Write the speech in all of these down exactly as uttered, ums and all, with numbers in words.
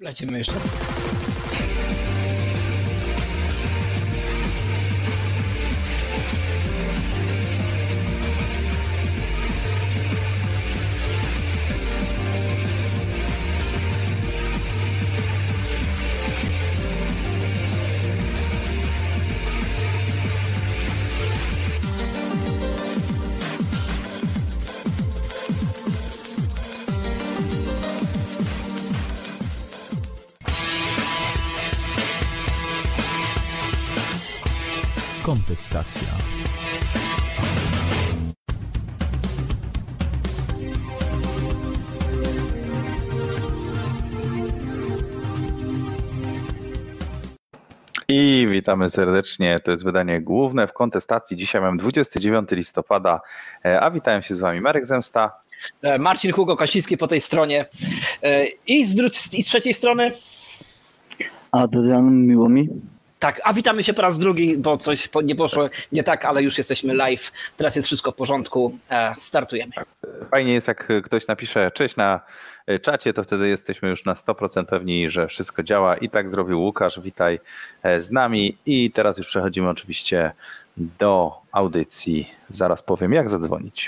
Lecimy jeszcze. Kontestacja. I witamy serdecznie. To jest wydanie główne w kontestacji. Dzisiaj mamy dwudziestego dziewiątego listopada, a witają się z wami Marek Zemsta, Marcin Hugo Kasiński po tej stronie i z, dru- i z trzeciej strony Adrian, miło mi. tak, a witamy się po raz drugi, bo coś nie poszło nie tak, ale już jesteśmy live. Teraz jest wszystko w porządku. Startujemy. Fajnie jest, jak ktoś napisze cześć na czacie, to wtedy jesteśmy już na sto procent pewni, że wszystko działa. I tak zrobił Łukasz. Witaj z nami. I teraz już przechodzimy oczywiście do audycji. Zaraz powiem, jak zadzwonić.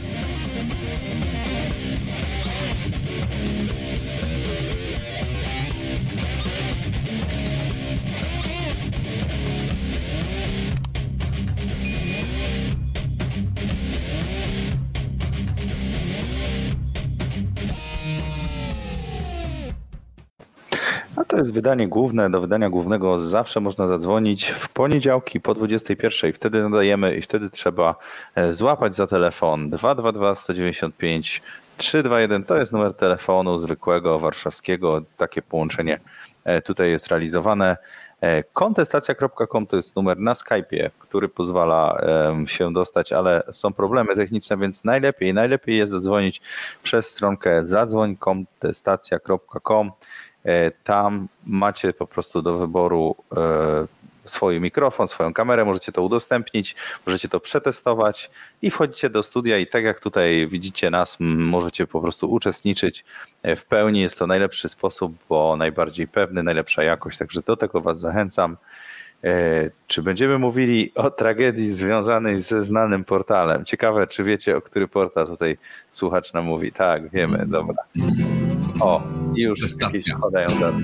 A to jest wydanie główne. Do wydania głównego zawsze można zadzwonić w poniedziałki po dwudziestej pierwszej. Wtedy nadajemy i wtedy trzeba złapać za telefon dwa dwa dwa, sto dziewięćdziesiąt pięć, trzysta dwadzieścia jeden. To jest numer telefonu zwykłego, warszawskiego. Takie połączenie tutaj jest realizowane. Kontestacja kropka com to jest numer na Skype'ie, który pozwala się dostać, ale są problemy techniczne, więc najlepiej, najlepiej jest zadzwonić przez stronkę zadzwoń kropka kontestacja kropka com. Tam macie po prostu do wyboru swój mikrofon, swoją kamerę, możecie to udostępnić, możecie to przetestować i wchodzicie do studia i tak jak tutaj widzicie nas, możecie po prostu uczestniczyć w pełni. Jest to najlepszy sposób, bo najbardziej pewny, najlepsza jakość, także do tego was zachęcam. Czy będziemy mówili o tragedii związanej ze znanym portalem? Ciekawe, czy wiecie, o który portal tutaj słuchacz nam mówi. Tak, wiemy, dobra. O, i już jakieś podają daty.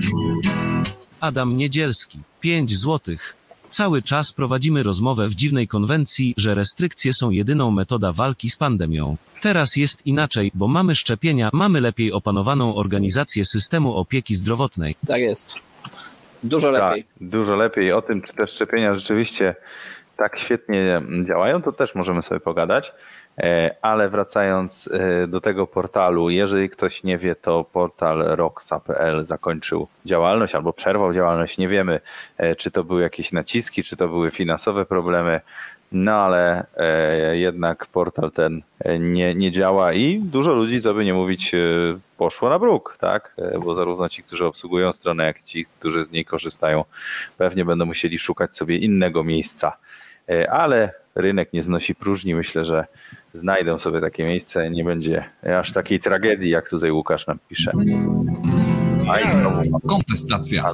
Adam Niedzielski, pięć złotych. Cały czas prowadzimy rozmowę w dziwnej konwencji, że restrykcje są jedyną metodą walki z pandemią. Teraz jest inaczej, bo mamy szczepienia, mamy lepiej opanowaną organizację systemu opieki zdrowotnej. Tak jest. Dużo lepiej. Tak, dużo lepiej. O tym, czy te szczepienia rzeczywiście tak świetnie działają, to też możemy sobie pogadać. Ale wracając do tego portalu, jeżeli ktoś nie wie, to portal roxa kropka p l zakończył działalność albo przerwał działalność. Nie wiemy, czy to były jakieś naciski, czy to były finansowe problemy, no ale jednak portal ten nie, nie działa i dużo ludzi, co by nie mówić, poszło na bruk, tak? Bo zarówno ci, którzy obsługują stronę, jak i ci, którzy z niej korzystają, pewnie będą musieli szukać sobie innego miejsca. Ale rynek nie znosi próżni. Myślę, że znajdą sobie takie miejsce. Nie będzie aż takiej tragedii, jak tutaj Łukasz nam pisze. Kontestacja.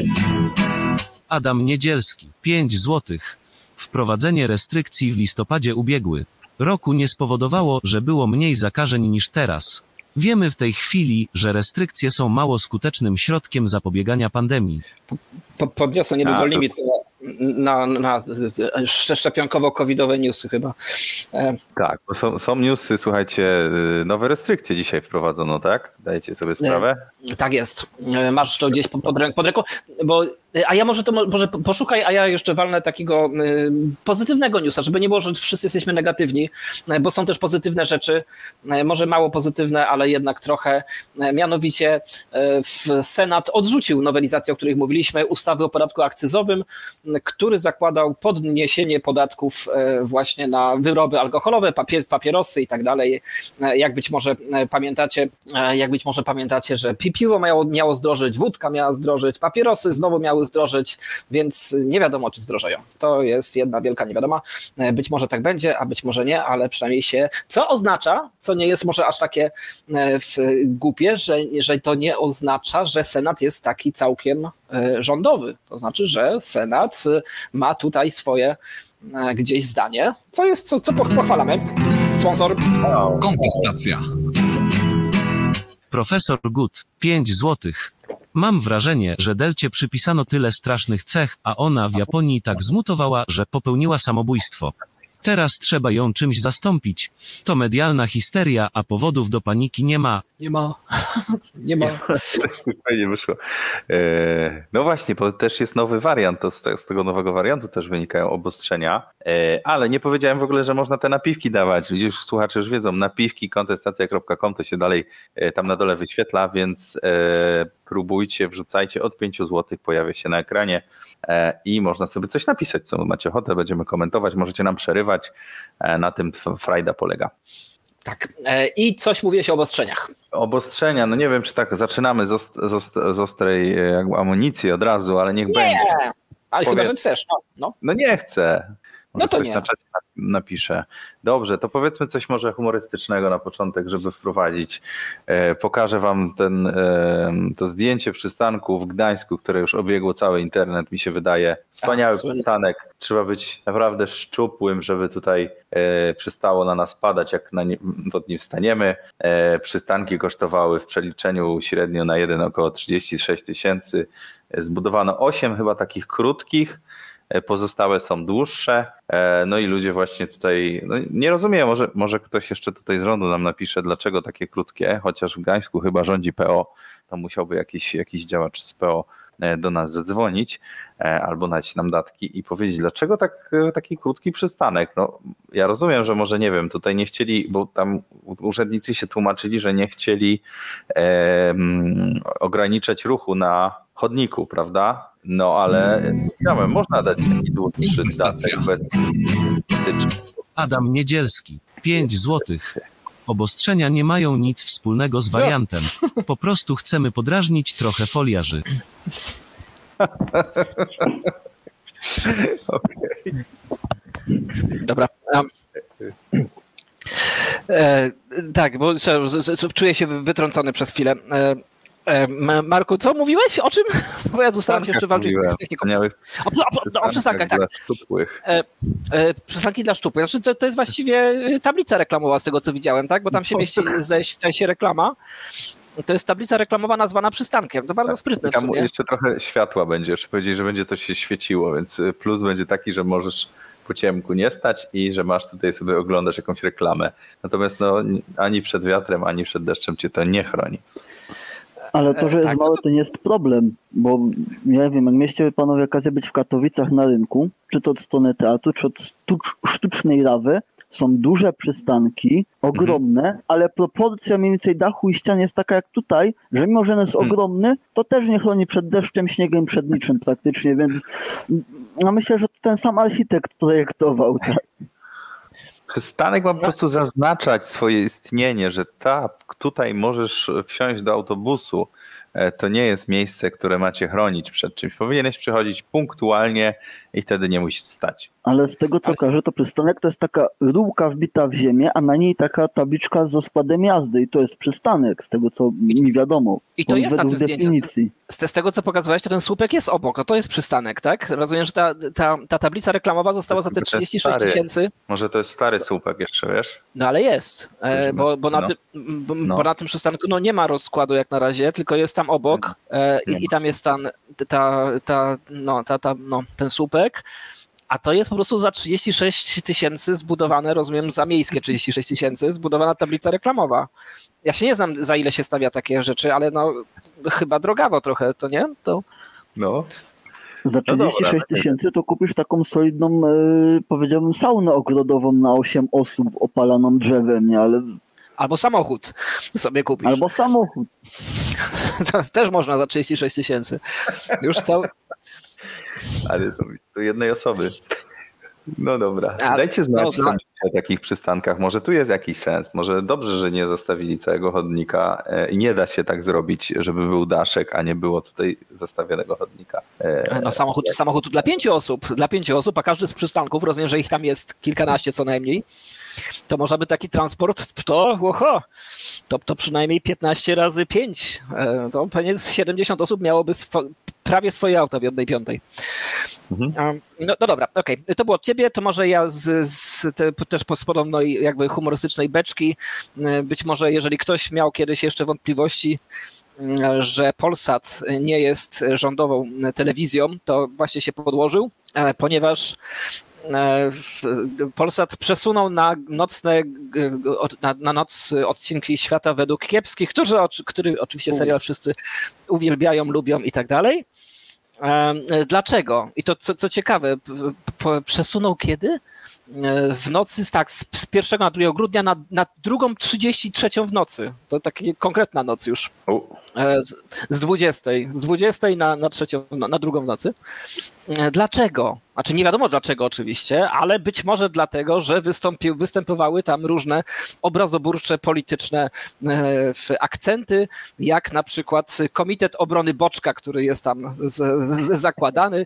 Adam Niedzielski, pięć złotych. Wprowadzenie restrykcji w listopadzie ubiegły roku nie spowodowało, że było mniej zakażeń niż teraz. Wiemy w tej chwili, że restrykcje są mało skutecznym środkiem zapobiegania pandemii. Po, podniosę niedługo A, to... limit na, na, na szczepionkowo-covidowe newsy chyba. Tak, bo są, są newsy, słuchajcie, nowe restrykcje dzisiaj wprowadzono, tak? Dajecie sobie sprawę? Tak jest. Masz to gdzieś pod, pod ręką, bo, a ja może to może poszukaj, a ja jeszcze walnę takiego pozytywnego newsa, żeby nie było, że wszyscy jesteśmy negatywni, bo są też pozytywne rzeczy, może mało pozytywne, ale jednak trochę. Mianowicie Senat odrzucił nowelizację, o której mówiliśmy, ustawy o podatku akcyzowym, który zakładał podniesienie podatków właśnie na wyroby alkoholowe, papier, papierosy i tak dalej. Jak być może pamiętacie, jak być może pamiętacie, że piwo miało, miało zdrożyć, wódka miała zdrożyć, papierosy znowu miały zdrożyć, więc nie wiadomo, czy zdrożeją. To jest jedna wielka niewiadoma. Być może tak będzie, a być może nie, ale przynajmniej się, co oznacza, co nie jest może aż takie głupie, że, że to nie oznacza, że Senat jest taki całkiem rządowy. To znaczy, że Senat ma tutaj swoje gdzieś zdanie, co jest, co, co pochwalamy. Sponsor. Kontestacja. Profesor Gut, pięć złotych. Mam wrażenie, że Delcie przypisano tyle strasznych cech, a ona w Japonii tak zmutowała, że popełniła samobójstwo. Teraz trzeba ją czymś zastąpić. To medialna histeria, a powodów do paniki nie ma. Nie ma. Nie ma. Fajnie wyszło. No właśnie, bo też jest nowy wariant, to z tego nowego wariantu też wynikają obostrzenia, ale nie powiedziałem w ogóle, że można te napiwki dawać. Widzisz, słuchacze już wiedzą, napiwki kontestacja kropka com to się dalej tam na dole wyświetla, więc próbujcie, wrzucajcie, od pięciu złotych pojawia się na ekranie i można sobie coś napisać, co macie ochotę, będziemy komentować, możecie nam przerywać, na tym frajda polega. Tak. I coś mówiłeś o obostrzeniach. Obostrzenia, no nie wiem, czy tak zaczynamy z, ost, z, ost, z ostrej jakby amunicji od razu, ale niech nie, będzie. Ale Powiedz, chyba, że chcesz. No, no. no nie chcę. Może no to ktoś nie. na czacie napisze. Dobrze, to powiedzmy coś może humorystycznego na początek, żeby wprowadzić. E, pokażę wam ten, e, to zdjęcie przystanku w Gdańsku, które już obiegło cały internet, mi się wydaje. Wspaniały Ach, przystanek. Trzeba być naprawdę szczupłym, żeby tutaj e, przystało na nas padać, jak na nie, pod nim wstaniemy. E, przystanki kosztowały w przeliczeniu średnio na jeden około trzydzieści sześć tysięcy. Zbudowano osiem chyba takich krótkich, pozostałe są dłuższe, no i ludzie właśnie tutaj, no nie rozumiem, może, może ktoś jeszcze tutaj z rządu nam napisze, dlaczego takie krótkie, chociaż w Gdańsku chyba rządzi P O, to musiałby jakiś, jakiś działacz z P O do nas zadzwonić albo dać nam datki i powiedzieć, dlaczego tak, taki krótki przystanek. No, ja rozumiem, że może nie wiem, tutaj nie chcieli, bo tam urzędnicy się tłumaczyli, że nie chcieli e, ograniczać ruchu na chodniku, prawda? No ale chciałem, można dać taki dłuższy datek bez Adam Niedzielski, pięć złotych. Obostrzenia nie mają nic wspólnego z wariantem. Po prostu chcemy podrażnić trochę foliarzy. Okay. Dobra. Um. E, tak, bo z, z, z, czuję się wytrącony przez chwilę. E, e, Marku, co mówiłeś? O czym? Bo ja tu staram się jeszcze walczyć z techniką. O, o, o przystankach, tak. E, e, przystanki dla szczupłych. Znaczy, to, to jest właściwie tablica reklamowa z tego, co widziałem, tak? Bo tam się mieści, zdaje się, reklama. To jest tablica reklamowa nazwana przystankiem. To bardzo tak, sprytne w tam sumie. Jeszcze trochę światła będzie. Jeszcze powiedzieli, że będzie to się świeciło, więc plus będzie taki, że możesz po ciemku nie stać i że masz tutaj sobie oglądasz jakąś reklamę. Natomiast no, ani przed wiatrem, ani przed deszczem cię to nie chroni. Ale to, że jest tak, małe, to nie jest problem, bo ja wiem, jak mieliście panowie okazję być w Katowicach na rynku, czy to od strony teatru, czy od sztucznej rawy, są duże przystanki, ogromne, mhm. ale proporcja mniej więcej dachu i ścian jest taka jak tutaj, że mimo, że on jest mhm. ogromny, to też nie chroni przed deszczem, śniegiem, przed niczym praktycznie, więc no myślę, że to ten sam architekt projektował. Tak. Przystanek ma po prostu zaznaczać swoje istnienie, że tak, tutaj możesz wsiąść do autobusu. To nie jest miejsce, które macie chronić przed czymś. Powinieneś przychodzić punktualnie i wtedy nie musisz stać. Ale z tego, co kojarzę, to przystanek to jest taka rurka wbita w ziemię, a na niej taka tabliczka z rozkładem jazdy i to jest przystanek, z tego, co mi wiadomo. I to jest na tym definicji. zdjęciu. Z, z tego, co pokazywałeś, to ten słupek jest obok, no to jest przystanek, tak? Rozumiem, że ta, ta, ta tablica reklamowa została za te trzydzieści sześć tysięcy. Może to jest stary słupek jeszcze, wiesz? No ale jest, e, bo, bo, na no. ty, bo, no. bo na tym przystanku no, nie ma rozkładu jak na razie, tylko jest tam obok e, i, i tam jest ta, ta, ta, no, ta, ta, no, ten słupek. A to jest po prostu za trzydzieści sześć tysięcy zbudowane, rozumiem, za miejskie trzydzieści sześć tysięcy zbudowana tablica reklamowa. Ja się nie znam, za ile się stawia takie rzeczy, ale no chyba drogawo trochę, to nie? To... No. Za trzydzieści sześć tysięcy to kupisz taką solidną, yy, powiedziałbym, saunę ogrodową na osiem osób opalaną drzewem, nie? Ale... Albo samochód sobie kupisz. Albo samochód. To też można za trzydzieści sześć tysięcy. Już cały... Ale to, to jednej osoby. No dobra, A, dajcie znać, no, co dla- myślicie o takich przystankach. Może tu jest jakiś sens, może dobrze, że nie zostawili całego chodnika e, i nie da się tak zrobić, żeby był daszek, a nie było tutaj zostawionego chodnika. E, No samochód, samochód dla pięciu osób, dla pięciu osób, a każdy z przystanków, rozumiem, że ich tam jest kilkanaście co najmniej, to można by taki transport, to, oho, to, to przynajmniej piętnaście razy pięć, e, to pewnie z siedemdziesiąt osób miałoby swo, prawie swoje auto w jednej piątej. Mhm. No, no dobra, okej, to było od ciebie, to może ja z, z te, też z podobnej jakby humorystycznej beczki, e, być może jeżeli ktoś miał kiedyś jeszcze wątpliwości, że Polsat nie jest rządową telewizją, to właśnie się podłożył, ponieważ Polsat przesunął na nocne, na, na noc odcinki Świata według kiepskich, którzy, który oczywiście serial wszyscy uwielbiają, lubią i tak dalej. Dlaczego? I to co, co ciekawe, przesunął kiedy? W nocy, tak, z pierwszego na drugiego grudnia na, na drugą trzydzieści trzecią w nocy. To taka konkretna noc już. Z, z dwudziestej. Z dwudziestej na, na trzecią, na, na drugą w nocy. Dlaczego? Znaczy nie wiadomo dlaczego oczywiście, ale być może dlatego, że wystąpił, występowały tam różne obrazoburcze, polityczne e, akcenty, jak na przykład Komitet Obrony Boczka, który jest tam z, z, zakładany.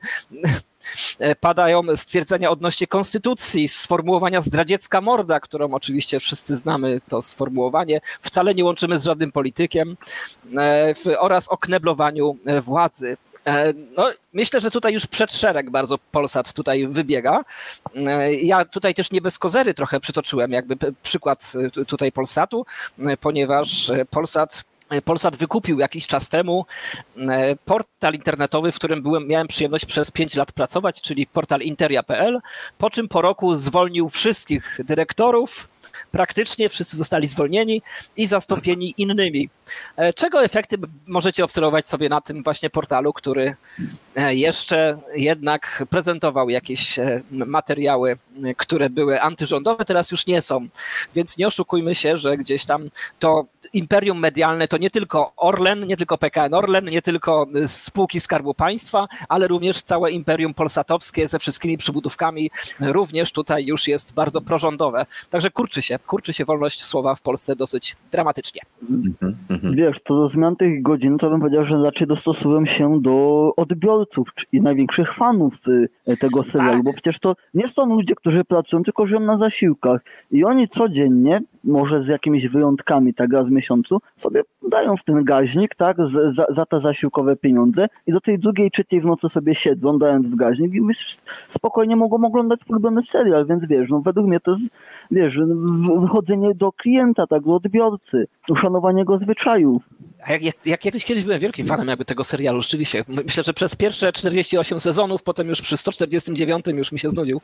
Padają stwierdzenia odnośnie konstytucji, sformułowania zdradziecka morda, którą oczywiście wszyscy znamy, to sformułowanie, wcale nie łączymy z żadnym politykiem, e, w, oraz o kneblowaniu władzy. No, myślę, że tutaj już przed szereg bardzo Polsat tutaj wybiega. Ja tutaj też nie bez kozery trochę przytoczyłem jakby przykład tutaj Polsatu, ponieważ Polsat Polsat wykupił jakiś czas temu portal internetowy, w którym byłem, miałem przyjemność przez pięć lat pracować, czyli portal interia kropka p l, po czym po roku zwolnił wszystkich dyrektorów, praktycznie wszyscy zostali zwolnieni i zastąpieni innymi. Czego efekty możecie obserwować sobie na tym właśnie portalu, który jeszcze jednak prezentował jakieś materiały, które były antyrządowe, teraz już nie są. Więc nie oszukujmy się, że gdzieś tam to imperium medialne to nie tylko Orlen, nie tylko P K N Orlen, nie tylko spółki Skarbu Państwa, ale również całe imperium polsatowskie ze wszystkimi przybudówkami również tutaj już jest bardzo prorządowe. Także kurczy się, kurczy się wolność słowa w Polsce dosyć dramatycznie. Wiesz, co do zmian tych godzin, to bym powiedział, że raczej dostosowują się do odbiorców i największych fanów tego serialu, tak. Bo przecież to nie są ludzie, którzy pracują, tylko żyją na zasiłkach i oni codziennie, może z jakimiś wyjątkami, tak raz w miesiącu, sobie dają w ten gaźnik, tak, z, za, za te zasiłkowe pieniądze i do tej drugiej, trzeciej w nocy sobie siedzą, dając w gaźnik i spokojnie mogą oglądać ulubiony serial, więc wiesz, no według mnie to jest, wiesz, wychodzenie do klienta, tak, do odbiorcy, uszanowanie jego zwyczajów. A jak, jak, jak kiedyś, kiedyś byłem wielkim fanem jakby tego serialu, rzeczywiście. Myślę, że przez pierwsze czterdzieści osiem sezonów, potem już przy sto czterdziestym dziewiątym już mi się znudził.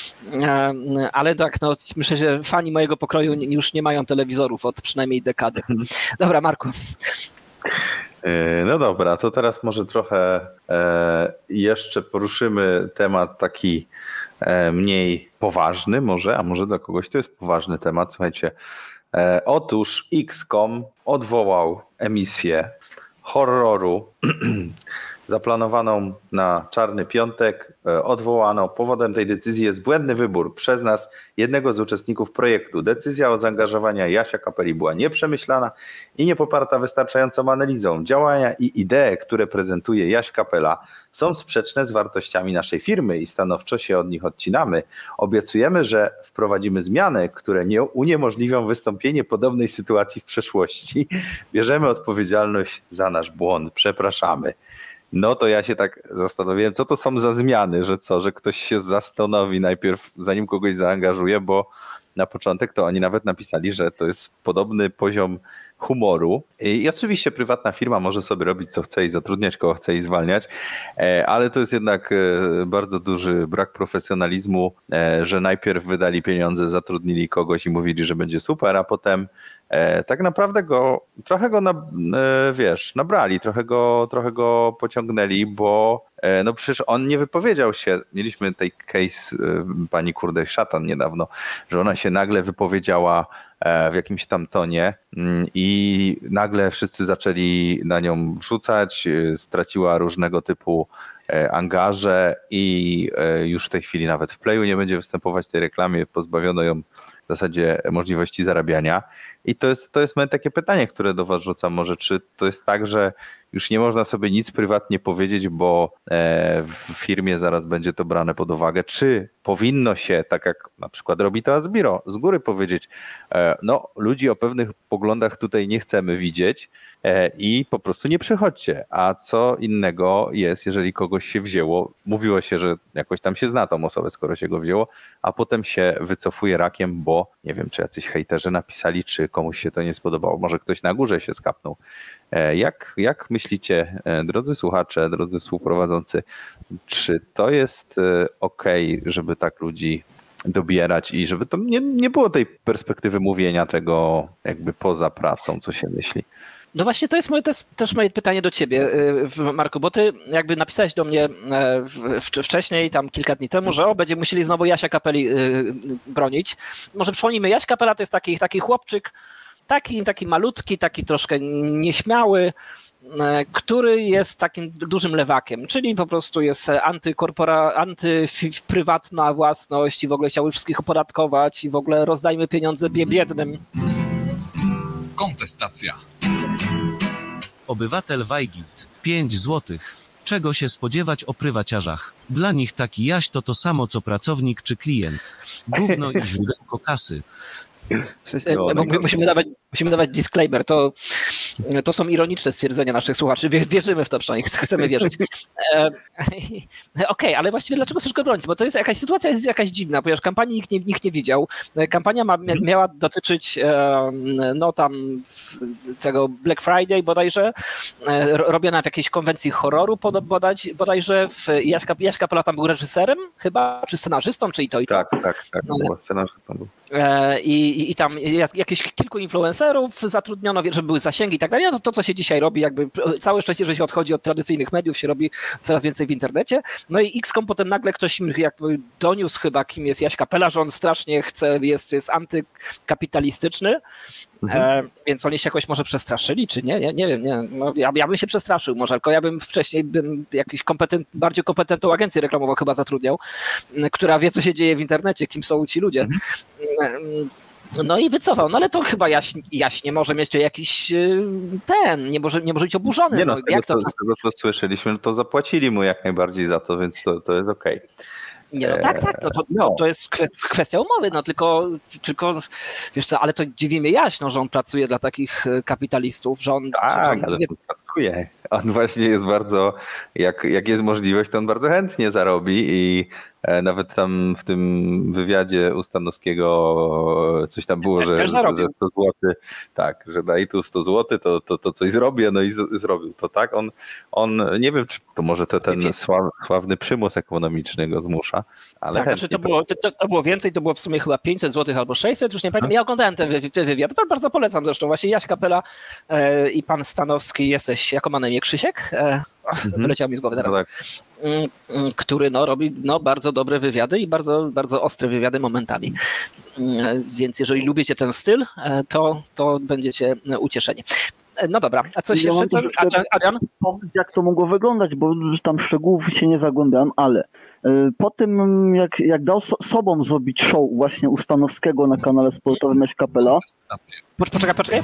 Ale tak, no myślę, że fani mojego pokroju już nie mają telewizorów od przynajmniej dekady. Dobra, Marku. No dobra, to teraz może trochę jeszcze poruszymy temat taki mniej poważny może, a może dla kogoś to jest poważny temat. Słuchajcie, otóż X kropka com odwołał emisję horroru zaplanowaną na Czarny Piątek. Odwołano. Powodem tej decyzji jest błędny wybór przez nas jednego z uczestników projektu. Decyzja o zaangażowaniu Jasia Kapeli była nieprzemyślana i nie poparta wystarczającą analizą. Działania i idee, które prezentuje Jaś Kapela, są sprzeczne z wartościami naszej firmy i stanowczo się od nich odcinamy. Obiecujemy, że wprowadzimy zmiany, które nie uniemożliwią wystąpienie podobnej sytuacji w przyszłości. Bierzemy odpowiedzialność za nasz błąd. Przepraszamy. No to ja się tak zastanowiłem, co to są za zmiany, że co, że ktoś się zastanowi najpierw, zanim kogoś zaangażuje, bo na początek to oni nawet napisali, że to jest podobny poziom humoru i oczywiście prywatna firma może sobie robić co chce i zatrudniać kogo chce i zwalniać, ale to jest jednak bardzo duży brak profesjonalizmu, że najpierw wydali pieniądze, zatrudnili kogoś i mówili, że będzie super, a potem tak naprawdę go, trochę go, na, wiesz, nabrali, trochę go, trochę go pociągnęli, bo no przecież on nie wypowiedział się. Mieliśmy tej case pani Kurdej Szatan niedawno, że ona się nagle wypowiedziała w jakimś tam tonie i nagle wszyscy zaczęli na nią wrzucać, straciła różnego typu angarze i już w tej chwili nawet w Playu nie będzie występować w tej reklamie, pozbawiono ją w zasadzie możliwości zarabiania. I to jest, to jest takie pytanie, które do was rzucam. Może czy to jest tak, że już nie można sobie nic prywatnie powiedzieć, bo w firmie zaraz będzie to brane pod uwagę, czy powinno się, tak jak na przykład robi to Asbiro, z góry powiedzieć, no ludzi o pewnych poglądach tutaj nie chcemy widzieć i po prostu nie przychodźcie. A co innego jest, jeżeli kogoś się wzięło, mówiło się, że jakoś tam się zna tą osobę, skoro się go wzięło, a potem się wycofuje rakiem, bo nie wiem, czy jacyś hejterzy napisali, czy komuś się to nie spodobało. Może ktoś na górze się skapnął. Jak, jak myślicie, drodzy słuchacze, drodzy współprowadzący, czy to jest okej, żeby tak ludzi dobierać i żeby to nie, nie było tej perspektywy mówienia tego jakby poza pracą, co się myśli? No właśnie to jest, moje, to jest też moje pytanie do ciebie, Marku, bo ty jakby napisałeś do mnie wcześniej, tam kilka dni temu, że o, będziemy musieli znowu Jasia Kapeli bronić. Może przypomnijmy, Jaś Kapela to jest taki, taki chłopczyk, taki, taki malutki, taki troszkę nieśmiały, który jest takim dużym lewakiem, czyli po prostu jest antykorpora, antyprywatna własność i w ogóle chciałby wszystkich opodatkować i w ogóle rozdajmy pieniądze biednym. Kontestacja. Obywatel Wajgit, pięć złotych. Czego się spodziewać o prywaciarzach? Dla nich taki Jaś to to samo co pracownik czy klient. Gówno i źródełko kasy. W sensie, musimy, dawać, musimy dawać disclaimer, to, to są ironiczne stwierdzenia naszych słuchaczy, wierzymy w to, przynajmniej chcemy wierzyć. E, Okej, okay, ale właściwie dlaczego chcesz go bronić? Bo to jest jakaś sytuacja jest jakaś dziwna, ponieważ kampanii nikt nie, nikt nie widział. Kampania ma, miała dotyczyć no tam tego Black Friday bodajże, robiona w jakiejś konwencji horroru bodaj, bodajże. W, Jaśka, Jaś Kapela tam był reżyserem chyba, czy scenarzystą, czy i to i to. Tak, tak, tak, no, scenarzystą był. I, i tam jakieś kilku influencerów zatrudniono, żeby były zasięgi i tak dalej. No to, to, co się dzisiaj robi, jakby całe szczęście, że się odchodzi od tradycyjnych mediów, się robi coraz więcej w internecie. No i X kom potem nagle ktoś im jakby doniósł chyba, kim jest Jaś Kapela, że on strasznie chce, jest, jest antykapitalistyczny, mhm. e, więc oni się jakoś może przestraszyli, czy nie? Nie, nie wiem, nie. No, ja, ja bym się przestraszył może, tylko ja bym wcześniej bym jakiś kompetent, bardziej kompetentną agencję reklamową chyba zatrudniał, która wie, co się dzieje w internecie, kim są ci ludzie. Mhm. No i wycofał, no ale to chyba Jaś, Jaś nie może mieć jakiś ten, nie może, nie może być oburzony. Nie no, no z, tego, jak to... co, z tego co słyszeliśmy, to zapłacili mu jak najbardziej za to, więc to, to jest okej. Okay. Nie, no tak, tak, no to, no. to, to jest kwestia umowy, no tylko, tylko wiesz co, ale to dziwi mnie Jaś, no, że on pracuje dla takich kapitalistów, że on... Tak, że on ale nie... on pracuje. On właśnie jest bardzo, jak, jak jest możliwość, to on bardzo chętnie zarobi i nawet tam w tym wywiadzie u Stanowskiego coś tam było, że, że sto złotych, tak, że daj tu sto złotych, to, to, to coś zrobię, no i z, zrobił to, tak? On, on, nie wiem, czy to może to ten sław, sławny przymus ekonomiczny go zmusza, ale tak, znaczy to, było, to, to było więcej, to było w sumie chyba pięćset złotych albo sześćset, już nie pamiętam. Ja oglądałem ten, ten wywiad, bardzo polecam zresztą, właśnie Jaś Kapela e, i pan Stanowski jesteś, jako ma na imię Krzysiek, e, mhm. wyleciał mi z głowy teraz, no tak. który no, robi no, bardzo dobre wywiady i bardzo, bardzo ostre wywiady momentami. Więc jeżeli lubicie ten styl, to, to będziecie ucieszeni. No dobra, a coś ja jeszcze? Adrian? Jak to mogło wyglądać, bo tam szczegółów się nie zagłębiam, ale po tym, jak, jak dał so, sobą zrobić show właśnie u Stanowskiego na kanale sportowym Jaś Kapela. Poczekaj, poczekaj.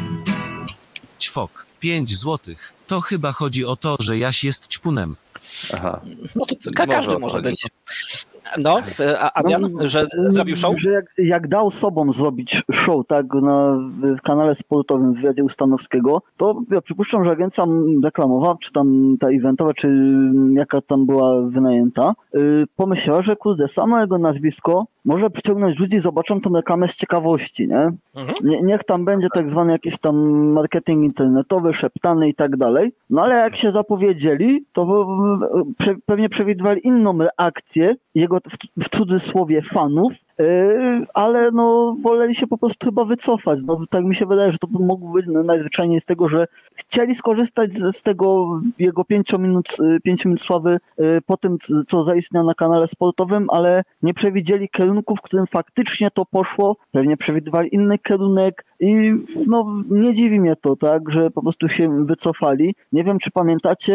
Ćwok, pięć złotych. To chyba chodzi o to, że Jaś jest ćpunem. Aha. No to co, każdy może, może być. No, Adrian, no, że zrobił show? Że jak, jak dał sobą zrobić show, tak, na w kanale sportowym w wywiadzie u Stanowskiego, to ja przypuszczam, że agencja reklamowa, czy tam ta eventowa, czy jaka tam była wynajęta, yy, pomyślała, że kurde, samo jego nazwisko może przyciągnąć ludzi, zobaczą tą reklamę z ciekawości, nie? Mhm. nie? Niech tam będzie tak zwany jakiś tam marketing internetowy, szeptany i tak dalej. No ale jak się zapowiedzieli, to prze, pewnie przewidywali inną reakcję jego w, w cudzysłowie fanów, yy, ale no woleli się po prostu chyba wycofać. No tak mi się wydaje, że to mogło być no, najzwyczajniej z tego, że chcieli skorzystać z, z tego jego pięciu minut, pięciu minut sławy yy, po tym, co zaistniał na kanale sportowym, ale nie przewidzieli kierunku, w którym faktycznie to poszło. Pewnie przewidywali inny kierunek i no nie dziwi mnie to, tak, że po prostu się wycofali. Nie wiem, czy pamiętacie,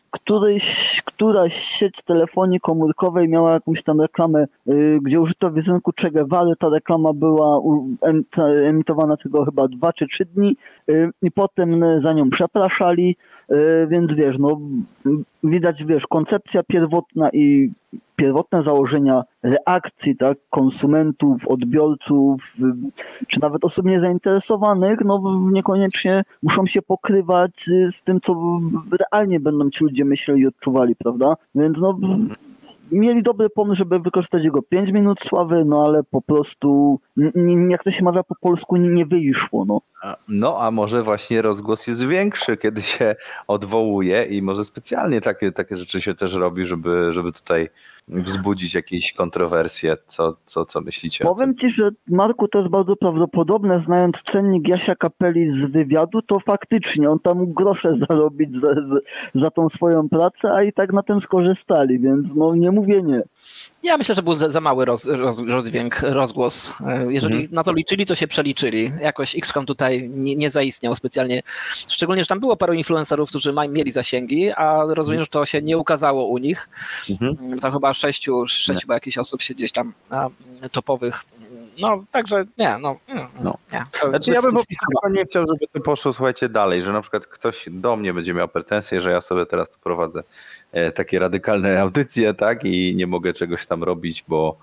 któryś, któraś sieć telefonii komórkowej miała jakąś tam reklamę, y, gdzie użyto wizerunku Che Guevary. Ta reklama była u, em, emitowana tylko chyba dwa czy trzy dni y, i potem za nią przepraszali, y, więc wiesz, no widać, wiesz, koncepcja pierwotna i pierwotne założenia reakcji, tak, konsumentów, odbiorców, y, czy nawet osób niezainteresowanych, no niekoniecznie muszą się pokrywać y, z tym, co realnie będą ci ludzie myśleli i odczuwali, prawda? Więc no mieli dobry pomysł, żeby wykorzystać jego pięć minut sławy, no ale po prostu, n- jak to się mawia po polsku, nie, nie wyszło, no. No, a może właśnie rozgłos jest większy, kiedy się odwołuje i może specjalnie takie, takie rzeczy się też robi, żeby, żeby tutaj wzbudzić jakieś kontrowersje. Co, co, co myślicie o tym? Powiem ci, że Marku, to jest bardzo prawdopodobne, znając cennik Jasia Kapeli z wywiadu, to faktycznie on tam mógł grosze zarobić za, za, za tą swoją pracę, a i tak na tym skorzystali, więc no nie mówię nie. Ja myślę, że był za, za mały roz, roz, rozdźwięk, rozgłos. Jeżeli Mhm. na to liczyli, to się przeliczyli. Jakoś X COM tutaj nie, nie zaistniał specjalnie. Szczególnie, że tam było paru influencerów, którzy ma, mieli zasięgi, a rozumiem, że to się nie ukazało u nich. Mhm. Tam chyba sześciu, sześciu chyba jakichś osób się gdzieś tam a, topowych. No, także nie, no. No. nie. Znaczy ja bym po prostu nie chciał, żeby to poszło, słuchajcie, dalej, że na przykład ktoś do mnie będzie miał pretensje, że ja sobie teraz tu prowadzę e, takie radykalne audycje, tak, i nie mogę czegoś tam robić, bo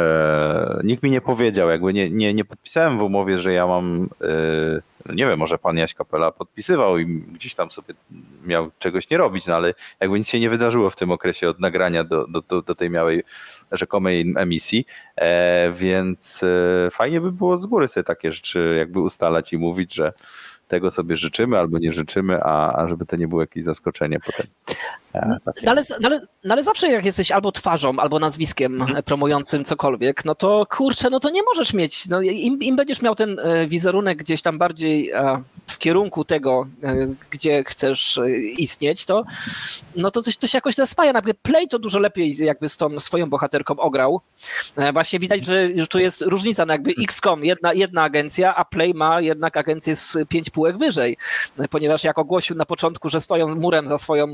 e, nikt mi nie powiedział, jakby nie, nie, nie podpisałem w umowie, że ja mam, e, nie wiem, może pan Jaś Kapela podpisywał i gdzieś tam sobie miał czegoś nie robić, no ale jakby nic się nie wydarzyło w tym okresie od nagrania do, do, do, do tej miałej rzekomej emisji, e, więc e, fajnie by było z góry sobie takie rzeczy jakby ustalać i mówić, że tego sobie życzymy albo nie życzymy, a, a żeby to nie było jakieś zaskoczenie potem. E, No ale, no, ale, no ale zawsze jak jesteś albo twarzą, albo nazwiskiem promującym cokolwiek, no to kurczę, no to nie możesz mieć, no im, im będziesz miał ten wizerunek gdzieś tam bardziej w kierunku tego, gdzie chcesz istnieć, to no to coś to się jakoś zaspaja. Na przykład Play to dużo lepiej jakby z tą swoją bohaterką ograł. Właśnie widać, że, że tu jest różnica, no jakby X COM, jedna, jedna agencja, a Play ma jednak agencję z pięć półek wyżej, ponieważ jak ogłosił na początku, że stoją murem za swoją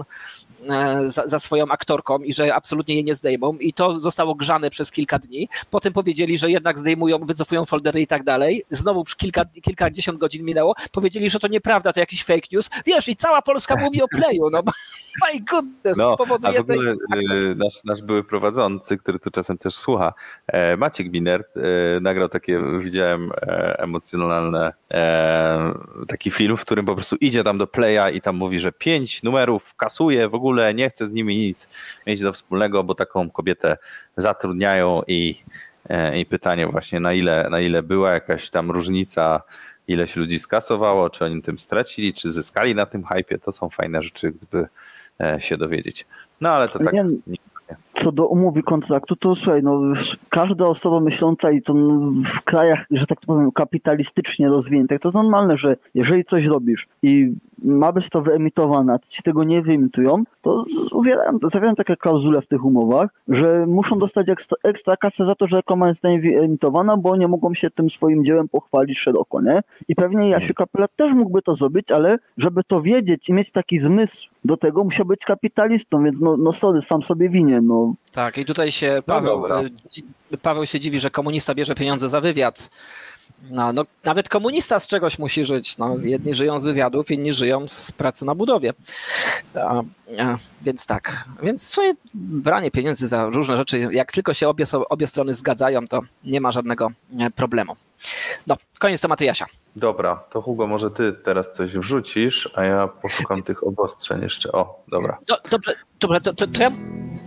Za, za swoją aktorką i że absolutnie jej nie zdejmą i to zostało grzane przez kilka dni. Potem powiedzieli, że jednak zdejmują, wycofują foldery i tak dalej. Znowu kilka, kilkadziesiąt godzin minęło. Powiedzieli, że to nieprawda, to jakiś fake news. Wiesz, i cała Polska mówi o Playu. No my goodness. No, z powodu a w jednej... ogóle y, nasz, nasz były prowadzący, który tu czasem też słucha, e, Maciek Binert, e, nagrał takie, widziałem, e, emocjonalne e, taki film, w którym po prostu idzie tam do Playa i tam mówi, że pięć numerów kasuje, w ogóle nie chce z nimi nic mieć do wspólnego, bo taką kobietę zatrudniają i, e, i pytanie właśnie, na ile, na ile była jakaś tam różnica, ileś ludzi skasowało, czy oni tym stracili, czy zyskali na tym hypie, to są fajne rzeczy, gdyby się dowiedzieć. No ale to tak. Nie, co do umów i kontraktu, to słuchaj, no każda osoba myśląca i to w krajach, że tak powiem, kapitalistycznie rozwiniętych, to normalne, że jeżeli coś robisz i ma być to wyemitowane, a ci tego nie wyemitują, to zawierają, zawierają takie klauzule w tych umowach, że muszą dostać ekstra, ekstra kasę za to, że reklama jest wyemitowana, bo nie mogą się tym swoim dziełem pochwalić szeroko, nie? I pewnie Jasiu Kapela też mógłby to zrobić, ale żeby to wiedzieć i mieć taki zmysł do tego, musiał być kapitalistą, więc no, no sorry, sam sobie winien, no. Tak, i tutaj się Paweł, no Paweł się dziwi, że komunista bierze pieniądze za wywiad. No, no, nawet komunista z czegoś musi żyć. No, jedni żyją z wywiadów, inni żyją z pracy na budowie. A, a, więc tak. Więc swoje branie pieniędzy za różne rzeczy, jak tylko się obie, obie strony zgadzają, to nie ma żadnego problemu. No, koniec tematu Jasia. Dobra, to Hugo, może ty teraz coś wrzucisz, a ja poszukam tych obostrzeń jeszcze. O, dobra. Do, dobrze, dobra, to, to, to ja...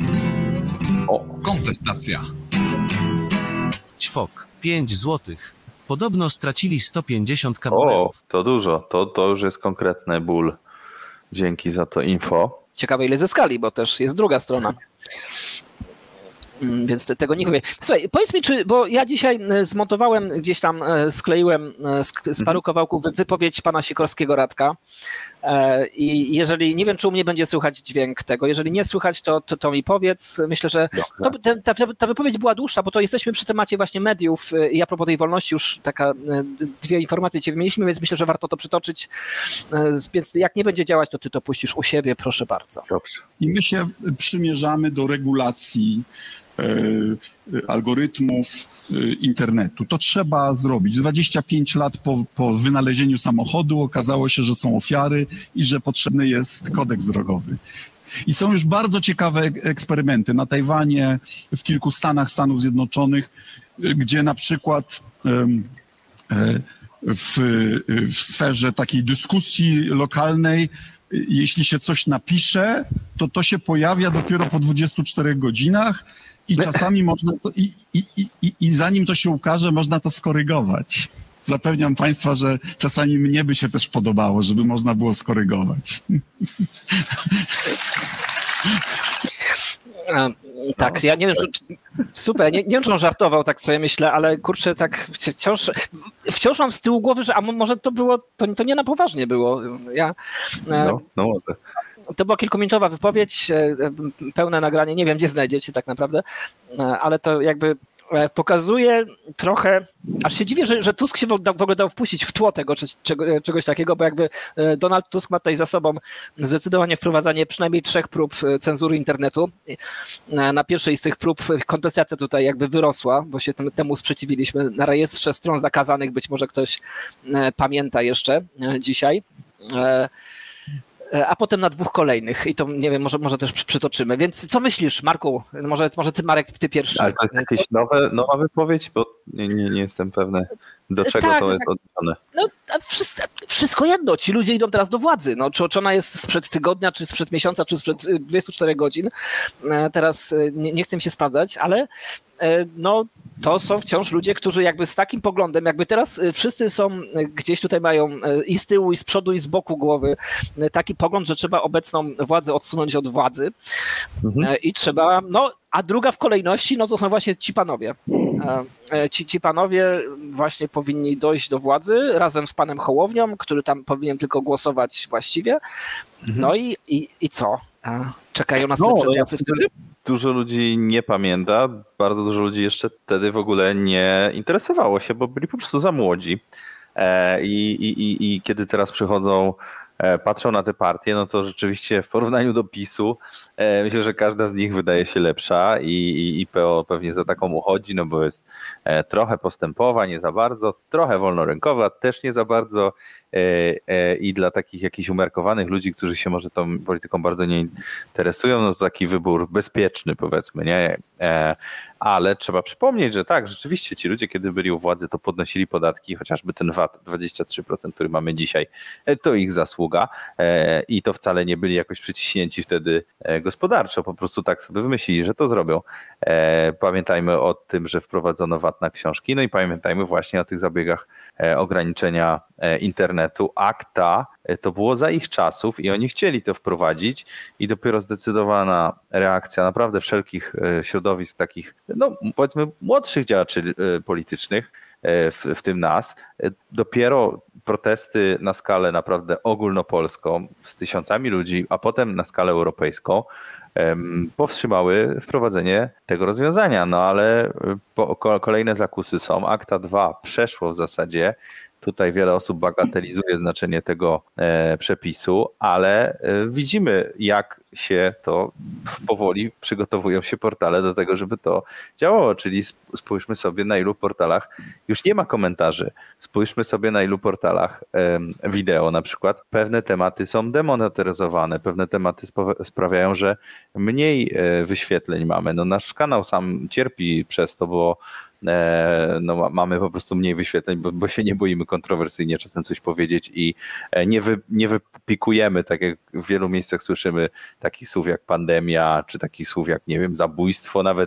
O. Kontestacja. Ćwok, pięć złotych. Podobno stracili sto pięćdziesiąt kamerów. O, to dużo. To, to już jest konkretny ból. Dzięki za to info. Ciekawe ile zyskali, bo też jest druga strona. Więc te, tego nie mówię. Słuchaj, powiedz mi, czy, bo ja dzisiaj zmontowałem, gdzieś tam skleiłem z, z paru kawałków wypowiedź pana Sikorskiego Radka i jeżeli, nie wiem, czy u mnie będzie słychać dźwięk tego, jeżeli nie słychać, to, to, to mi powiedz. Myślę, że to, ta, ta wypowiedź była dłuższa, bo to jesteśmy przy temacie właśnie mediów i a propos tej wolności już taka dwie informacje ciebie mieliśmy, więc myślę, że warto to przytoczyć, więc jak nie będzie działać, to ty to puścisz u siebie, proszę bardzo. Dobrze. I my się przymierzamy do regulacji algorytmów internetu. To trzeba zrobić. dwadzieścia pięć lat po, po wynalezieniu samochodu okazało się, że są ofiary i że potrzebny jest kodeks drogowy. I są już bardzo ciekawe eksperymenty na Tajwanie, w kilku stanach Stanów Zjednoczonych, gdzie na przykład w, w sferze takiej dyskusji lokalnej, jeśli się coś napisze, to to się pojawia dopiero po dwudziestu czterech godzinach i czasami można to, i, i, i, i zanim to się ukaże, można to skorygować. Zapewniam Państwa, że czasami mnie by się też podobało, żeby można było skorygować. A, tak, ja nie wiem, że, super, nie, nie wiem, czy on żartował, tak sobie myślę, ale kurczę, tak wciąż, wciąż mam z tyłu głowy, że a może to było, to, to nie na poważnie było. Ja, no, no może. To była kilkuminutowa wypowiedź, pełne nagranie, nie wiem, gdzie znajdziecie tak naprawdę, ale to jakby pokazuje trochę, aż się dziwię, że, że Tusk się w ogóle dał wpuścić w tło tego czego, czegoś takiego, bo jakby Donald Tusk ma tutaj za sobą zdecydowanie wprowadzanie przynajmniej trzech prób cenzury internetu. Na pierwszej z tych prób kontestacja tutaj jakby wyrosła, bo się temu sprzeciwiliśmy. Na rejestrze stron zakazanych być może ktoś pamięta jeszcze dzisiaj. A potem na dwóch kolejnych i to nie wiem, może, może też przytoczymy. Więc co myślisz, Marku? Może, może ty, Marek, ty pierwszy. Ale to jest jakaś nowe, nowa wypowiedź? Bo nie, nie, nie jestem pewny, do czego tak, to jest tak. odniesione. No, wszystko, wszystko jedno. Ci ludzie idą teraz do władzy. No, czy, czy ona jest sprzed tygodnia, czy sprzed miesiąca, czy sprzed dwudziestu czterech godzin. Teraz nie, nie chcę mi się sprawdzać, ale no, to są wciąż ludzie, którzy jakby z takim poglądem, jakby teraz wszyscy są, gdzieś tutaj mają i z tyłu, i z przodu, i z boku głowy taki pogląd, że trzeba obecną władzę odsunąć od władzy mhm. i trzeba, no, a druga w kolejności, no to są właśnie ci panowie. Ci, ci panowie właśnie powinni dojść do władzy razem z panem Hołownią, który tam powinien tylko głosować właściwie. Mhm. No i, i, i co? Czekają nas no, lepsze czasy wtedy? Dużo ludzi nie pamięta, bardzo dużo ludzi jeszcze wtedy w ogóle nie interesowało się, bo byli po prostu za młodzi. I, i, i, i kiedy teraz przychodzą, patrzą na te partie, no to rzeczywiście w porównaniu do PiSu myślę, że każda z nich wydaje się lepsza i, i, i P O pewnie za taką uchodzi, no bo jest trochę postępowa, nie za bardzo, trochę wolnorynkowa, też nie za bardzo i dla takich jakichś umiarkowanych ludzi, którzy się może tą polityką bardzo nie interesują, no to taki wybór bezpieczny, powiedzmy, nie? Ale trzeba przypomnieć, że tak, rzeczywiście ci ludzie, kiedy byli u władzy, to podnosili podatki, chociażby ten V A T dwadzieścia trzy procent, który mamy dzisiaj, to ich zasługa i to wcale nie byli jakoś przyciśnięci wtedy gospodarczo, po prostu tak sobie wymyślili, że to zrobią. Pamiętajmy o tym, że wprowadzono V A T na książki, no i pamiętajmy właśnie o tych zabiegach ograniczenia internetu. Akta to było za ich czasów i oni chcieli to wprowadzić i dopiero zdecydowana reakcja naprawdę wszelkich środowisk takich, no powiedzmy młodszych działaczy politycznych, w, w tym nas, dopiero protesty na skalę naprawdę ogólnopolską z tysiącami ludzi, a potem na skalę europejską powstrzymały wprowadzenie tego rozwiązania. No ale kolejne zakusy są. Akta dwa przeszło w zasadzie. Tutaj wiele osób bagatelizuje znaczenie tego przepisu, ale widzimy, jak się to powoli przygotowują się portale do tego, żeby to działało. Czyli spójrzmy sobie, na ilu portalach już nie ma komentarzy. Spójrzmy sobie, na ilu portalach wideo na przykład pewne tematy są demonetaryzowane, pewne tematy sprawiają, że mniej wyświetleń mamy. No nasz kanał sam cierpi przez to, bo no, mamy po prostu mniej wyświetleń, bo, bo się nie boimy kontrowersyjnie czasem coś powiedzieć i nie, wy, nie wypikujemy, tak jak w wielu miejscach słyszymy, takich słów jak pandemia, czy takich słów jak, nie wiem, zabójstwo nawet,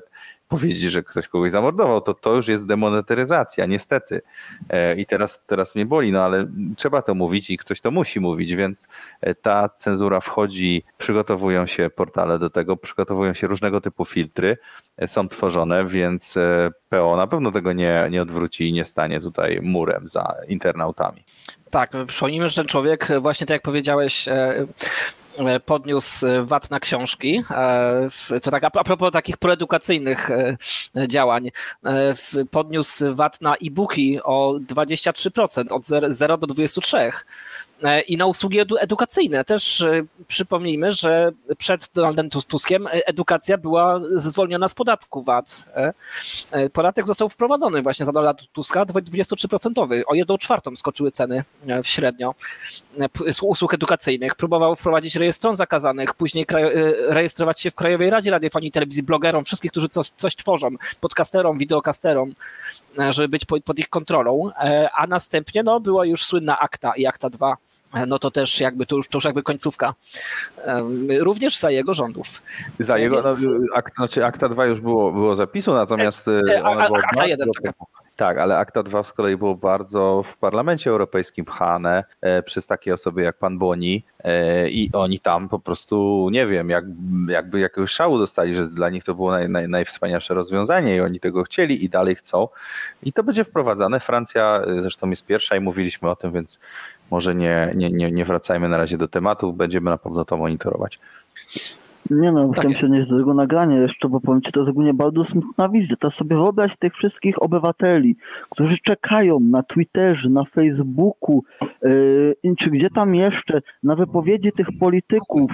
powiedzieć, że ktoś kogoś zamordował, to to już jest demonetaryzacja, niestety. I teraz, teraz mnie boli, no ale trzeba to mówić i ktoś to musi mówić, więc ta cenzura wchodzi, przygotowują się portale do tego, przygotowują się różnego typu filtry, są tworzone, więc P O na pewno tego nie, nie odwróci i nie stanie tutaj murem za internautami. Tak, przypomnijmy, że ten człowiek, właśnie tak jak powiedziałeś, podniósł V A T na książki. To tak a propos takich proedukacyjnych działań. Podniósł V A T na e-booki o dwadzieścia trzy procent, od zera do dwudziestu trzech. I na usługi edu- edukacyjne. Też przypomnijmy, że przed Donaldem Tuskiem edukacja była zwolniona z podatku V A T. Podatek został wprowadzony właśnie za Donalda Tuska, dwadzieścia trzy procent. O jedną czwartą skoczyły ceny średnio usług edukacyjnych. Próbował wprowadzić rejestr stron zakazanych, później kraj- rejestrować się w Krajowej Radzie Radiofonii i Telewizji blogerom, wszystkich, którzy coś, coś tworzą, podcasterom, wideokasterom, żeby być pod, pod ich kontrolą. A następnie no, była już słynna akta i akta dwa. No to też jakby to już, to już jakby końcówka. Również za jego rządów. Za jego, Więc... no, ak, znaczy akta dwa już było, było zapisu, natomiast e, ona a, była akta jeden, tak. Tak, ale akta dwa z kolei było bardzo w Parlamencie Europejskim pchane e, przez takie osoby jak pan Boni e, i oni tam po prostu, nie wiem, jak, jakby jakiegoś szału dostali, że dla nich to było naj, naj, najwspanialsze rozwiązanie i oni tego chcieli i dalej chcą. I to będzie wprowadzane. Francja zresztą jest pierwsza i mówiliśmy o tym, więc może nie, nie, nie, nie wracajmy na razie do tematu, będziemy na pewno to monitorować. Nie no, Tak chciałem jest. się odnieść do tego nagrania jeszcze, bo powiem ci, to jest ogólnie bardzo smutna wizja. Teraz sobie wyobraź tych wszystkich obywateli, którzy czekają na Twitterze, na Facebooku, yy, czy gdzie tam jeszcze, na wypowiedzi tych polityków.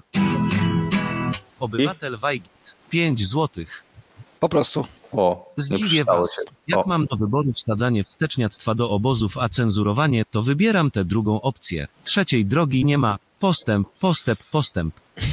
Obywatel Wajgit, pięć złotych. Po prostu. O, Zdziwię przystało was. się. Jak O. mam do wyboru wsadzanie wsteczniactwa do obozów, a cenzurowanie, to wybieram tę drugą opcję. Trzeciej drogi nie ma. Postęp, postęp, postęp.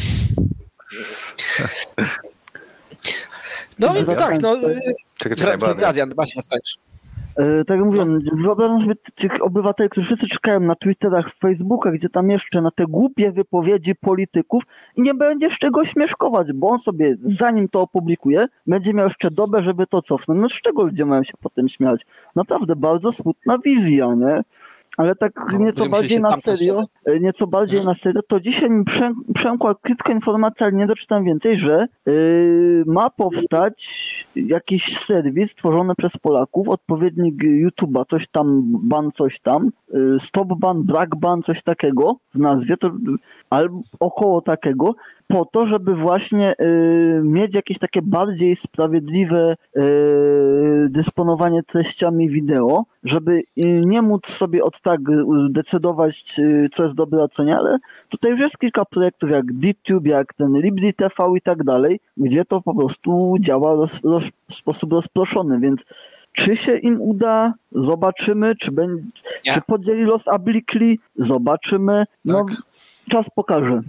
No więc tak, no. Czekaj, czekaj, bo- Gradian, właśnie skończ. Yy, tak jak mówiłem, wyobrażam sobie tych obywateli, którzy wszyscy czekają na Twitterach, w Facebookach, gdzie tam jeszcze na te głupie wypowiedzi polityków i nie będzie z czego śmieszkować, bo on sobie, zanim to opublikuje, będzie miał jeszcze dobę, żeby to cofnąć. No z czego ludzie mają się potem śmiać? Naprawdę bardzo smutna wizja, nie? Ale tak No, nieco będziemy bardziej musieli się na zamknąć serio, wtedy. nieco bardziej Mhm. na serio, to dzisiaj mi przem, przemkła krótka informacja, ale nie doczytam więcej, że yy, ma powstać jakiś serwis tworzony przez Polaków, odpowiednik YouTube'a, coś tam, ban, coś tam, yy, stop ban, brak ban, coś takiego w nazwie, to, albo około takiego, po to, żeby właśnie y, mieć jakieś takie bardziej sprawiedliwe y, dysponowanie treściami wideo, żeby y, nie móc sobie od tak y, decydować, y, co jest dobre, a co nie, ale tutaj już jest kilka projektów jak DTube, jak ten LibDTV i tak dalej, gdzie to po prostu działa roz, roz, w sposób rozproszony, więc czy się im uda? Zobaczymy. Czy, będzie, Nie. czy podzieli los Ablikli? Zobaczymy. No, Tak. czas pokaże.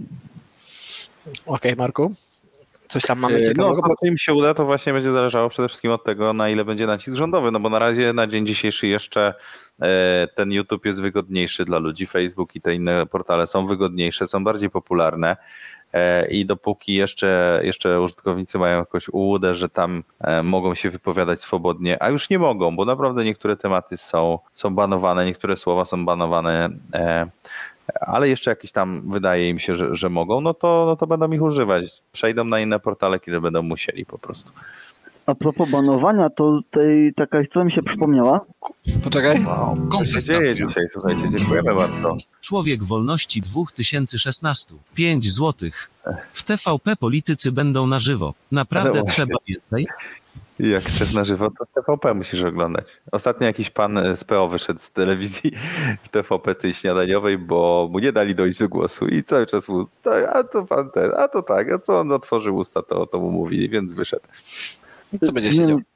Okej, okay, Marku. Coś tam mamy No, ciekawego. to, co im się uda, to właśnie będzie zależało przede wszystkim od tego, na ile będzie nacisk rządowy, no bo na razie, na dzień dzisiejszy jeszcze e, ten YouTube jest wygodniejszy dla ludzi, Facebook i te inne portale są wygodniejsze, są bardziej popularne e, i dopóki jeszcze, jeszcze użytkownicy mają jakąś ułudę, że tam e, mogą się wypowiadać swobodnie, a już nie mogą, bo naprawdę niektóre tematy są, są banowane, niektóre słowa są banowane, e, ale jeszcze jakieś tam wydaje im się, że, że mogą, no to, no to będą ich używać. Przejdą na inne portale, kiedy będą musieli po prostu. A propos banowania, to tej taka historia mi się przypomniała. Poczekaj. Wow, co się dzieje Kontestacja. dzisiaj? Słuchajcie, dziękujemy bardzo. Człowiek wolności dwa tysiące szesnaście. pięć złotych. W T V P politycy będą na żywo. Naprawdę Ale właśnie. trzeba więcej? Jak chcesz na żywo, to T V P musisz oglądać. Ostatnio jakiś pan z P O wyszedł z telewizji w T V P tej śniadaniowej, bo mu nie dali dojść do głosu i cały czas mu, tak, a to pan ten, a to tak, a co on otworzył usta, to, to mu mówili, więc wyszedł. Co będzie się działo?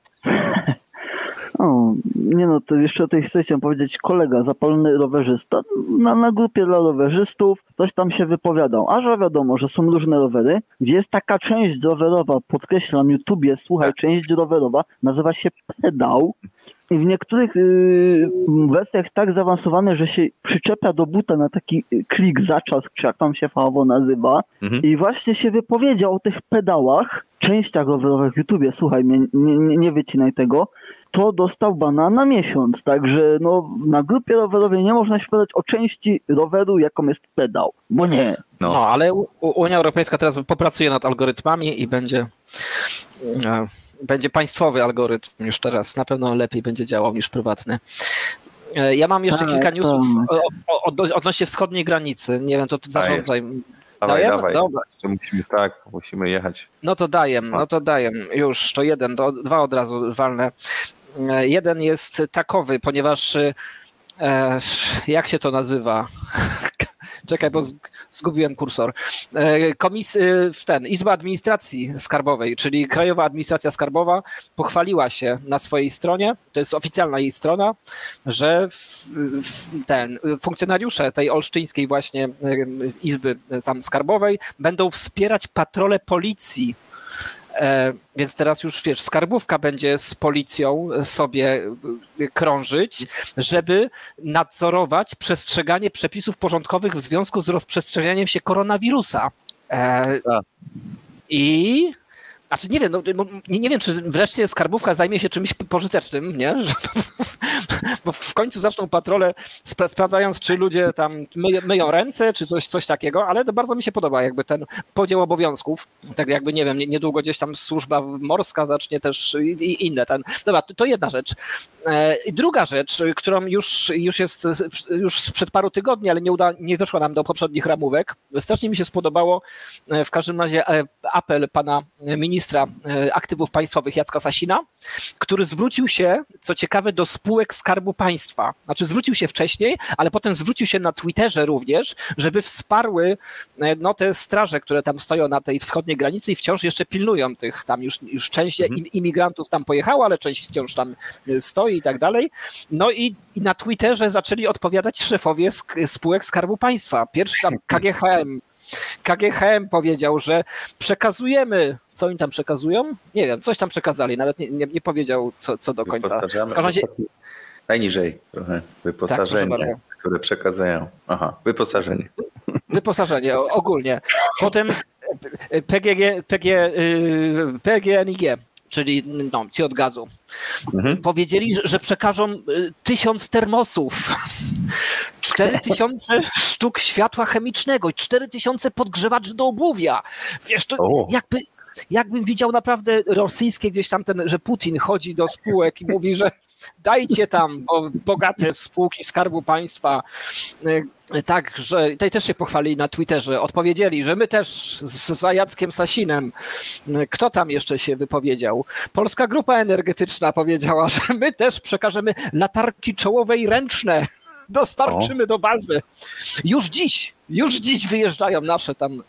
O, nie no, to jeszcze o tej historii chciałem powiedzieć, kolega, zapalony rowerzysta, na, na grupie dla rowerzystów coś tam się wypowiadał, a że wiadomo, że są różne rowery, gdzie jest taka część rowerowa, podkreślam, YouTubie, słuchaj, część rowerowa, nazywa się pedał i w niektórych yy, wersjach tak zaawansowane, że się przyczepia do buta na taki klik zaczas, czy jak tam się fachowo nazywa Mhm. i właśnie się wypowiedział o tych pedałach, częściach rowerowych w YouTubie, słuchaj mnie, nie, nie, nie wycinaj tego, to dostał bana na miesiąc, także no na grupie rowerowej nie można śpiewać o części roweru, jaką jest pedał, bo nie. No. No, ale U- Unia Europejska teraz popracuje nad algorytmami i będzie, e, będzie państwowy algorytm już teraz. Na pewno lepiej będzie działał niż prywatny. E, Ja mam jeszcze Tak, kilka newsów tak. o- o- od- odnośnie wschodniej granicy. Nie wiem, to ty zarządzaj. Dawaj, Dajem? dawaj. Dobra. Musimy, tak, musimy jechać. No to daję, no to daję. Już, to jeden, to dwa od razu walnę. E, Jeden jest takowy, ponieważ e, jak się to nazywa? Czekaj, bo z- zgubiłem kursor. E, Komis, e, w ten, Izba Administracji Skarbowej, czyli Krajowa Administracja Skarbowa pochwaliła się na swojej stronie, to jest oficjalna jej strona, że w, w ten, funkcjonariusze tej olsztyńskiej właśnie e, Izby tam Skarbowej będą wspierać patrole policji. E, Więc teraz już wiesz, skarbówka będzie z policją sobie e, krążyć, żeby nadzorować przestrzeganie przepisów porządkowych w związku z rozprzestrzenianiem się koronawirusa. E, Tak. I znaczy nie wiem, no, no, nie, nie wiem, czy wreszcie skarbówka zajmie się czymś pożytecznym, nie? Że, bo w końcu zaczną patrole spra- sprawdzając, czy ludzie tam myją, myją ręce, czy coś, coś takiego, ale to bardzo mi się podoba jakby ten podział obowiązków. Tak jakby, nie wiem, niedługo gdzieś tam służba morska zacznie też i, i inne. Ten. Dobra, to, to jedna rzecz. E, i druga rzecz, którą już, już jest już sprzed paru tygodni, ale nie, uda, nie weszła nam do poprzednich ramówek. Strasznie mi się spodobało e, w każdym razie e, apel pana ministra aktywów państwowych Jacka Sasina, który zwrócił się, co ciekawe, do spółek Skarbu Państwa. Znaczy zwrócił się wcześniej, ale potem zwrócił się na Twitterze również, żeby wsparły no, te straże, które tam stoją na tej wschodniej granicy i wciąż jeszcze pilnują tych, tam już, już część mhm. imigrantów tam pojechała, ale część wciąż tam stoi i tak dalej. No i, i na Twitterze zaczęli odpowiadać szefowie sk- spółek Skarbu Państwa. Pierwszy tam K G H M. K G H M powiedział, że przekazujemy, co oni tam przekazują? Nie wiem, coś tam przekazali, nawet nie, nie, nie powiedział co, co do końca. W każdym razie... Najniżej trochę, wyposażenie, tak, które przekazują. Aha, wyposażenie. Wyposażenie, ogólnie. Potem P G G, P G, P G N I G, czyli no, ci od gazu, mhm. powiedzieli, że przekażą tysiąc termosów, cztery tysiące sztuk światła chemicznego i cztery tysiące podgrzewaczy do obuwia. Wiesz, to o. jakby... Jakbym widział naprawdę rosyjskie gdzieś tam ten, że Putin chodzi do spółek i mówi, że dajcie tam, bo bogate spółki Skarbu Państwa, tak, że tutaj też się pochwalili na Twitterze, odpowiedzieli, że my też z Jackiem Sasinem, kto tam jeszcze się wypowiedział? Polska Grupa Energetyczna powiedziała, że my też przekażemy latarki czołowe i ręczne. Dostarczymy o. do bazy. Już dziś, już dziś wyjeżdżają nasze tam...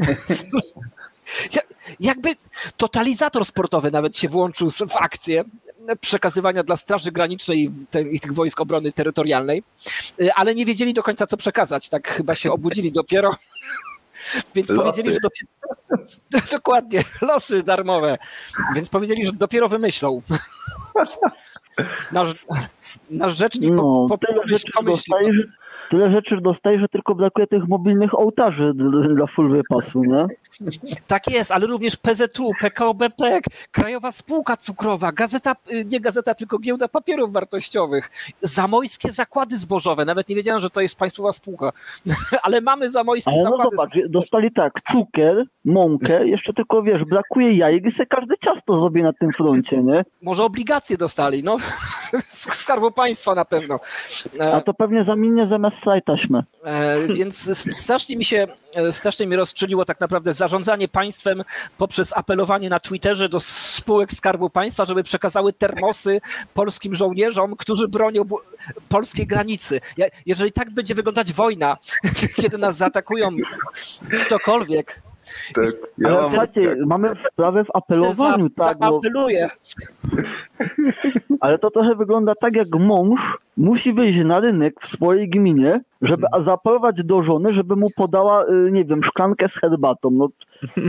Jakby totalizator sportowy nawet się włączył w akcję przekazywania dla Straży Granicznej i tych Wojsk Obrony Terytorialnej, ale nie wiedzieli do końca, co przekazać. Tak chyba się obudzili dopiero, więc losy. powiedzieli, że dopiero... Dokładnie, losy darmowe. Więc powiedzieli, że dopiero wymyślą. Nasz, nasz rzecznik no, po, po, tyle, pomyśl, rzeczy pomyśli. dostaje, że, tyle rzeczy dostaje, że tylko brakuje tych mobilnych ołtarzy dla, dla full wypasu, nie? Tak jest, ale również P Z U, P K O B P K, Krajowa Spółka Cukrowa, gazeta, nie gazeta, tylko Giełda Papierów Wartościowych, Zamojskie Zakłady Zbożowe, nawet nie wiedziałem, że to jest państwowa spółka, ale mamy Zamojskie ale Zakłady no zobacz, Zbożowe. Dostali tak, cukier, mąkę, jeszcze tylko, wiesz, brakuje jajek i se każde ciasto zrobi na tym froncie, nie? Może obligacje dostali, no, z Skarbu Państwa na pewno. A to pewnie zamiennie zamiast saj taśmę. E, więc strasznie mi się, strasznie mi rozstrzeliło tak naprawdę zarządzanie państwem poprzez apelowanie na Twitterze do spółek Skarbu Państwa, żeby przekazały termosy polskim żołnierzom, którzy bronią polskiej granicy. Ja, jeżeli tak będzie wyglądać wojna, kiedy nas zaatakują ktokolwiek, tak, ja ale słuchajcie, tak. mamy sprawę w apelowaniu. Za, tak, zaapeluję. Ale to trochę wygląda tak, jak mąż musi wyjść na rynek w swojej gminie, żeby zaapelować do żony, żeby mu podała, nie wiem, szklankę z herbatą. No,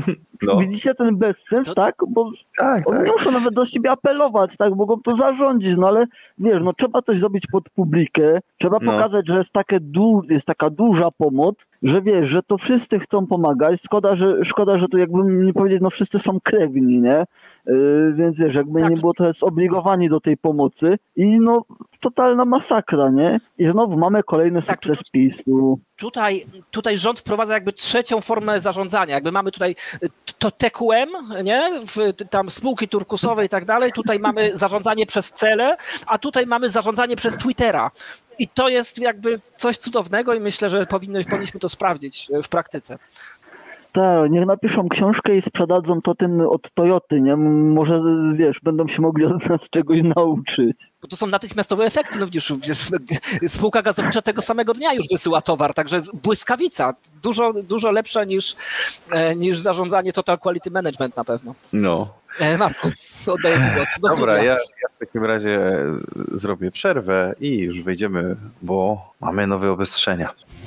No. Widzicie ten bezsens, To- tak? Bo Tak, oni tak. nie muszą nawet do siebie apelować, tak? Mogą to zarządzić, no ale wiesz, no trzeba coś zrobić pod publikę, trzeba No. pokazać, że jest, takie du- jest taka duża pomoc, że wiesz, że to wszyscy chcą pomagać, szkoda, że, szkoda, że tu jakby nie powiedzieć, no wszyscy są krewni, nie? Yy, więc wiesz, jakby Tak. nie było to zobligowani do tej pomocy i no totalna masakra, nie? I znowu mamy kolejny Tak, to- sukces PiSu. Tutaj, tutaj rząd wprowadza jakby trzecią formę zarządzania. Jakby mamy tutaj to T Q M, nie? W, tam spółki turkusowe i tak dalej. Tutaj mamy zarządzanie przez cele, a tutaj mamy zarządzanie przez Twittera. I to jest jakby coś cudownego i myślę, że powinno, powinniśmy to sprawdzić w praktyce. Tak, niech napiszą książkę i sprzedadzą to tym od Toyoty, nie? Może, wiesz, będą się mogli od nas czegoś nauczyć. Bo to są natychmiastowe efekty. No widzisz, wiesz, spółka gazownicza tego samego dnia już wysyła towar, także błyskawica. Dużo, dużo lepsza niż, e, niż zarządzanie Total Quality Management na pewno. No. E, Marku, oddaję Ci głos. Do Dobra, studia. ja, ja w takim razie zrobię przerwę i już wejdziemy, bo mamy nowe obostrzenia.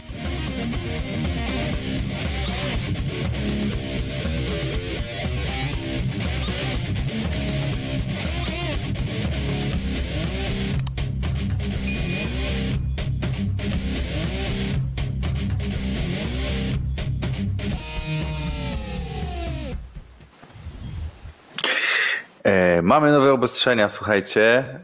E, mamy nowe obostrzenia, słuchajcie,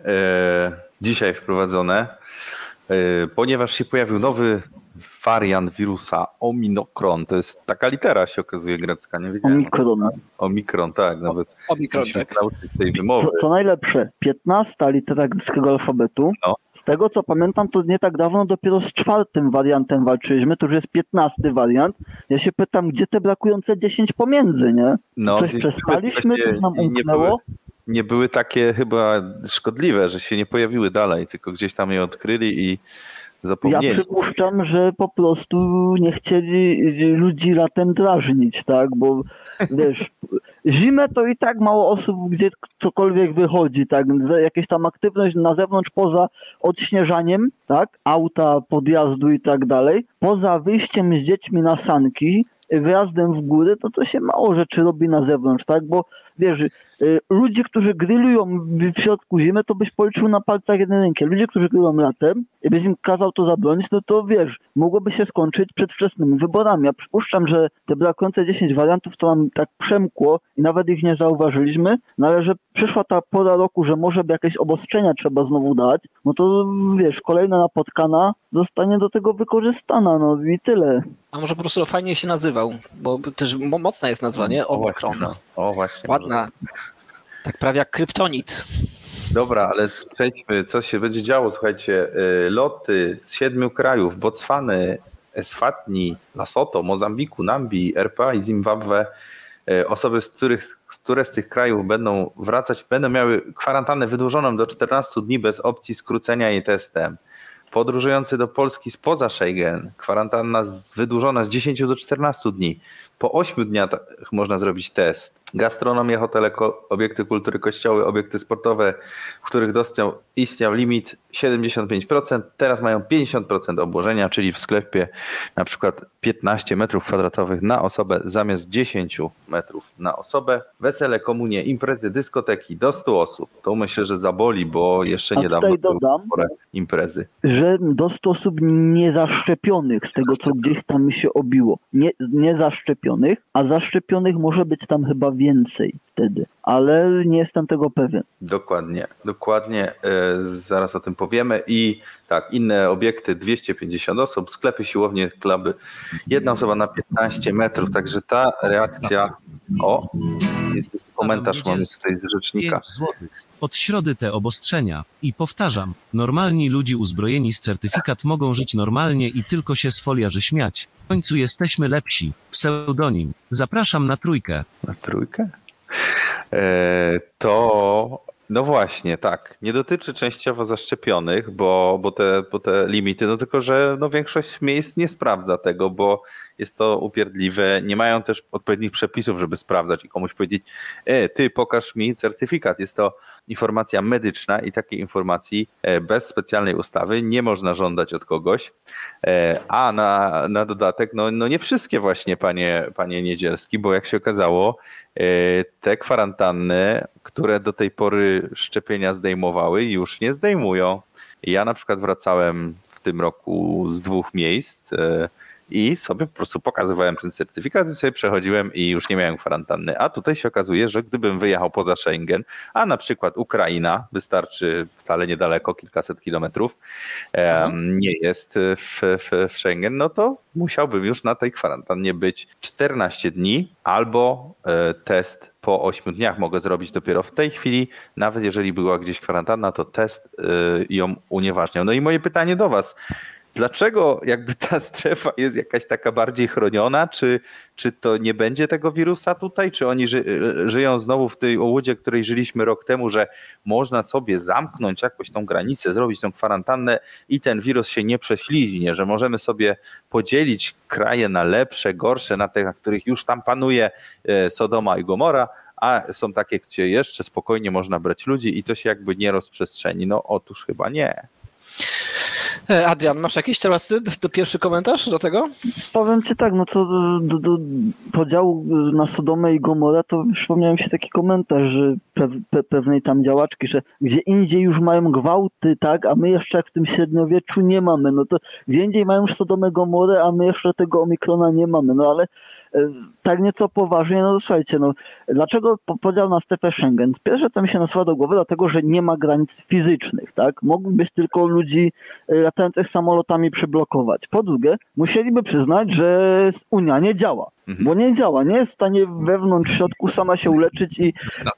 e, dzisiaj wprowadzone, e, ponieważ się pojawił nowy wariant wirusa Omikron. To jest taka litera, się okazuje, grecka, nie wiedziałem. Omikron. Omikron, tak, nawet Omikron, musimy tak. się nauczyć tej wymowy. Co, co najlepsze, piętnasta litera greckiego alfabetu. No. Z tego co pamiętam, to nie tak dawno dopiero z czwartym wariantem walczyliśmy, to już jest piętnasty wariant. Ja się pytam, gdzie te brakujące dziesięć pomiędzy, nie? No, Coś gdzieś przespaliśmy, były coś nam takie- nie umknęło? były- Nie były takie chyba szkodliwe, że się nie pojawiły dalej, tylko gdzieś tam je odkryli i Ja zapomnieli. przypuszczam, że po prostu nie chcieli ludzi latem drażnić, tak? Bo wiesz, zimę to i tak mało osób gdzie cokolwiek wychodzi, tak? Jakieś tam aktywność na zewnątrz poza odśnieżaniem, tak? Auta, podjazdu i tak dalej. Poza wyjściem z dziećmi na sanki, wyjazdem w góry, to to się mało rzeczy robi na zewnątrz, tak? Bo wiesz, y, ludzie, którzy grillują w, w środku zimy, to byś policzył na palcach jednej ręki. Ludzie, którzy grillują latem i byś im kazał to zabronić, no to wiesz, mogłoby się skończyć przedwczesnymi wyborami. Ja przypuszczam, że te brakujące dziesięć wariantów to nam tak przemkło i nawet ich nie zauważyliśmy, no ale że przyszła ta pora roku, że może by jakieś obostrzenia trzeba znowu dać, no to wiesz, kolejna napotkana zostanie do tego wykorzystana, no i tyle. A może po prostu fajnie się nazywał, bo też mo- mocne jest nazwa, nie? O właśnie, Omikron. no. O właśnie. Ładna. Tak prawie jak kryptonit. Dobra, ale przejdźmy, co się będzie działo. Słuchajcie, y, loty z siedmiu krajów, Botswany, Eswatini, Lesotho, Mozambiku, Nambii, R P A i Zimbabwe, y, osoby, z których, z które z tych krajów będą wracać, będą miały kwarantannę wydłużoną do czternastu dni bez opcji skrócenia jej testem. Podróżujący do Polski spoza Schengen, kwarantanna z, wydłużona z dziesięciu do czternastu dni. Po ośmiu dniach można zrobić test. Gastronomia, hotele, ko- obiekty kultury, kościoły, obiekty sportowe, w których dostał, istniał limit siedemdziesiąt pięć procent, teraz mają pięćdziesiąt procent obłożenia, czyli w sklepie na przykład piętnaście metrów kwadratowych na osobę zamiast dziesięć metrów na osobę. Wesele, komunie, imprezy, dyskoteki do stu osób. To myślę, że zaboli, bo jeszcze A niedawno tutaj były dodam, spore imprezy. że do stu osób niezaszczepionych, z tego co gdzieś tam mi się obiło. Nie, niezaszczepionych, a zaszczepionych może być tam chyba więcej wtedy, ale nie jestem tego pewien. Dokładnie, dokładnie, e, zaraz o tym powiemy. I tak, inne obiekty dwieście pięćdziesiąt osób, sklepy, siłownie, kluby, jedna osoba na piętnaście metrów, także ta reakcja, o, jest komentarz mamy tutaj z rzecznika. pięć złotych. Od środy te obostrzenia. I powtarzam, normalni ludzie uzbrojeni z certyfikat mogą żyć normalnie i tylko się z foliarzy śmiać. W końcu jesteśmy lepsi. Pseudonim. Zapraszam na trójkę. Na trójkę? E, to, no właśnie, tak, nie dotyczy częściowo zaszczepionych, bo, bo, te, bo te limity, no tylko, że no większość miejsc nie sprawdza tego, bo jest to upierdliwe, nie mają też odpowiednich przepisów, żeby sprawdzać i komuś powiedzieć, e, ty pokaż mi certyfikat, jest to informacja medyczna i takiej informacji bez specjalnej ustawy nie można żądać od kogoś, a na, na dodatek no, no nie wszystkie właśnie, panie, panie Niedzielski, bo jak się okazało, te kwarantanny, które do tej pory szczepienia zdejmowały, już nie zdejmują. Ja na przykład wracałem w tym roku z dwóch miejsc i sobie po prostu pokazywałem ten certyfikat i sobie przechodziłem i już nie miałem kwarantanny. A tutaj się okazuje, że gdybym wyjechał poza Schengen, a na przykład Ukraina, wystarczy wcale niedaleko, kilkaset kilometrów, um, nie jest w, w, w Schengen, no to musiałbym już na tej kwarantannie być czternaście dni albo e, test po ośmiu dniach mogę zrobić dopiero w tej chwili. Nawet jeżeli była gdzieś kwarantanna, to test e, ją unieważniał. No i moje pytanie do was. Dlaczego jakby ta strefa jest jakaś taka bardziej chroniona? Czy, czy to nie będzie tego wirusa tutaj? Czy oni ży, żyją znowu w tej ołudzie, której żyliśmy rok temu, że można sobie zamknąć jakoś tą granicę, zrobić tą kwarantannę i ten wirus się nie prześliźnie, że możemy sobie podzielić kraje na lepsze, gorsze, na te, na których już tam panuje Sodoma i Gomora, a są takie, gdzie jeszcze spokojnie można brać ludzi i to się jakby nie rozprzestrzeni. No otóż chyba nie. Adrian, masz jakiś teraz ty, do pierwszy komentarz do tego? Powiem ci tak, no co do, do, do podziału na Sodomę i Gomorę, to przypomniał mi się taki komentarz, że pe, pe, pewnej tam działaczki, że gdzie indziej już mają gwałty, tak, a my jeszcze jak w tym średniowieczu nie mamy, no to gdzie indziej mają już Sodomę, Gomorę, a my jeszcze tego Omikrona nie mamy, no ale tak nieco poważnie, no słuchajcie, no dlaczego podział na strefę Schengen? Pierwsze, co mi się nasuwa do głowy, dlatego, że nie ma granic fizycznych, tak? Mógłbyś tylko ludzi latających samolotami przyblokować. Po drugie, musieliby przyznać, że Unia nie działa, mhm. bo nie działa, nie jest w stanie wewnątrz, w środku sama się uleczyć i...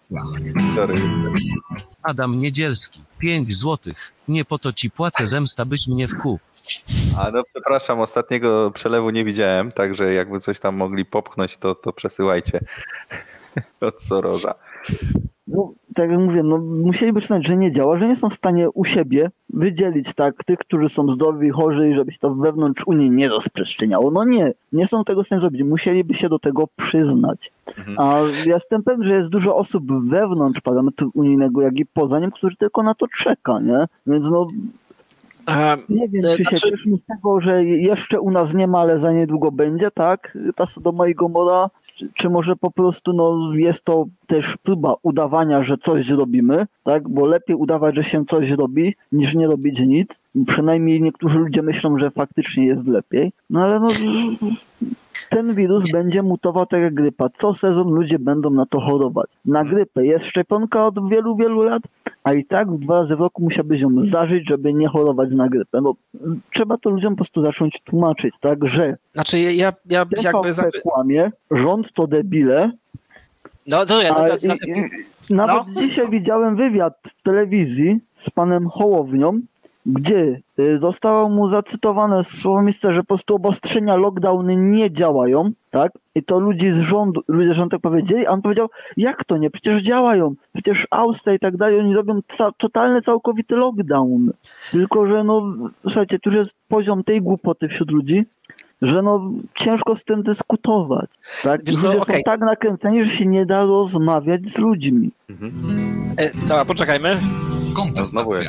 Adam Niedzielski, pięć złotych. Nie po to ci płacę, zemsta byś mnie wkuł. A no przepraszam, ostatniego przelewu nie widziałem, także jakby coś tam mogli popchnąć, to, to przesyłajcie od Soroza. No, tak jak mówię, no musieliby przyznać, że nie działa, że nie są w stanie u siebie wydzielić tak tych, którzy są zdrowi, chorzy i żeby się to wewnątrz Unii nie rozprzestrzeniało. No nie, nie są tego w stanie zrobić. Musieliby się do tego przyznać. Mhm. A ja jestem pewien, że jest dużo osób wewnątrz Parlamentu Unijnego, jak i poza nim, którzy tylko na to czeka, nie? Więc no nie wiem, czy się znaczy... cieszymy z tego, że jeszcze u nas nie ma, ale za niedługo będzie, tak? Ta Sodoma i Gomora. Czy, czy może po prostu no, jest to też próba udawania, że coś robimy, tak? Bo lepiej udawać, że się coś robi, niż nie robić nic. Przynajmniej niektórzy ludzie myślą, że faktycznie jest lepiej. No ale no, ten wirus nie. będzie mutował tak jak grypa. Co sezon ludzie będą na to chorować. Na grypę jest szczepionka od wielu, wielu lat, a i tak dwa razy w roku musiałbyś ją zażyć, żeby nie chorować na grypę. No, trzeba to ludziom po prostu zacząć tłumaczyć, tak, że znaczy ja, ja T V P jakby za... kłamie, rząd to debile. No to ja to teraz... I, i, nawet no. dzisiaj widziałem wywiad w telewizji z panem Hołownią, gdzie zostało mu zacytowane słowo miejsce, że po prostu obostrzenia, lockdowny nie działają, tak? I to ludzi z rządu, ludzie z rządu tak powiedzieli, a on powiedział, jak to nie? Przecież działają. Przecież Austria i tak dalej, oni robią ca- totalny, całkowity lockdown. Tylko, że no, słuchajcie, tu jest poziom tej głupoty wśród ludzi, że no ciężko z tym dyskutować. Tak? Wiesz co, ludzie okay. są tak nakręceni, że się nie da rozmawiać z ludźmi. Mhm. E, dobra, poczekajmy. Kontestacja.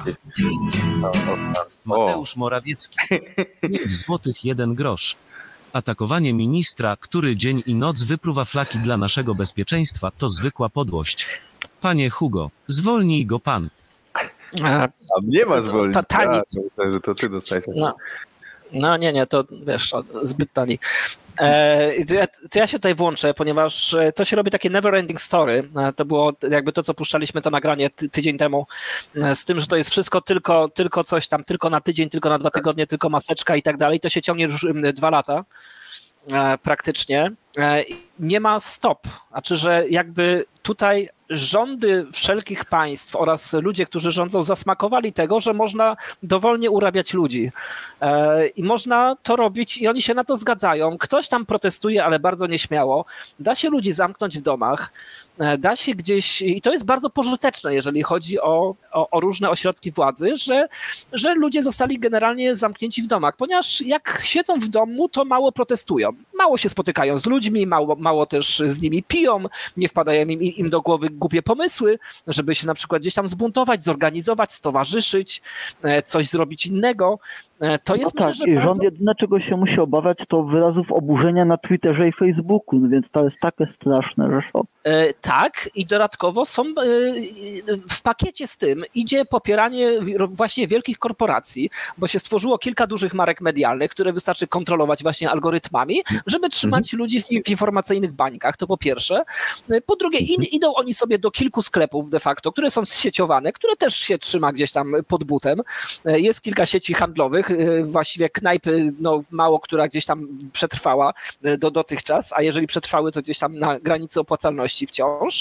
Mateusz Morawiecki. pięć złotych jeden grosz. Atakowanie ministra, który dzień i noc wypruwa flaki dla naszego bezpieczeństwa, to zwykła podłość. Panie Hugo, zwolnij go pan. A, A nie ma zwolnić. Ta, tani. Ja, że to ty dostajesz. No. No nie, nie, to wiesz, zbyt tani. E, to, ja, to ja się tutaj włączę, ponieważ to się robi takie never ending story. To było jakby to, co puszczaliśmy to nagranie ty, tydzień temu, z tym, że to jest wszystko tylko, tylko coś tam, tylko na tydzień, tylko na dwa tygodnie, tylko maseczka i tak dalej. To się ciągnie już dwa lata e, praktycznie. E, nie ma stop. Znaczy, że jakby tutaj rządy wszelkich państw oraz ludzie, którzy rządzą, zasmakowali tego, że można dowolnie urabiać ludzi. E, I można to robić i oni się na to zgadzają. Ktoś tam protestuje, ale bardzo nieśmiało. Da się ludzi zamknąć w domach. E, da się gdzieś, i to jest bardzo pożyteczne, jeżeli chodzi o, o, o różne ośrodki władzy, że, że ludzie zostali generalnie zamknięci w domach, ponieważ jak siedzą w domu, to mało protestują. Mało się spotykają z ludźmi, ludźmi, mało, mało też z nimi piją, nie wpadają im, im do głowy głupie pomysły, żeby się na przykład gdzieś tam zbuntować, zorganizować, stowarzyszyć, coś zrobić innego. To jest no myślę, tak, że i bardzo... rząd jedyne, czego się musi obawiać, to wyrazów oburzenia na Twitterze i Facebooku, no więc to jest takie straszne, że szok. E, tak, i dodatkowo są e, w pakiecie z tym idzie popieranie właśnie wielkich korporacji, bo się stworzyło kilka dużych marek medialnych, które wystarczy kontrolować właśnie algorytmami, żeby trzymać mhm. ludzi w, w informacyjnych bańkach, to po pierwsze. Po drugie, in, idą oni sobie do kilku sklepów de facto, które są zsieciowane, które też się trzyma gdzieś tam pod butem. Jest kilka sieci handlowych, właściwie knajpy, no mało która gdzieś tam przetrwała do dotychczas, a jeżeli przetrwały, to gdzieś tam na granicy opłacalności wciąż.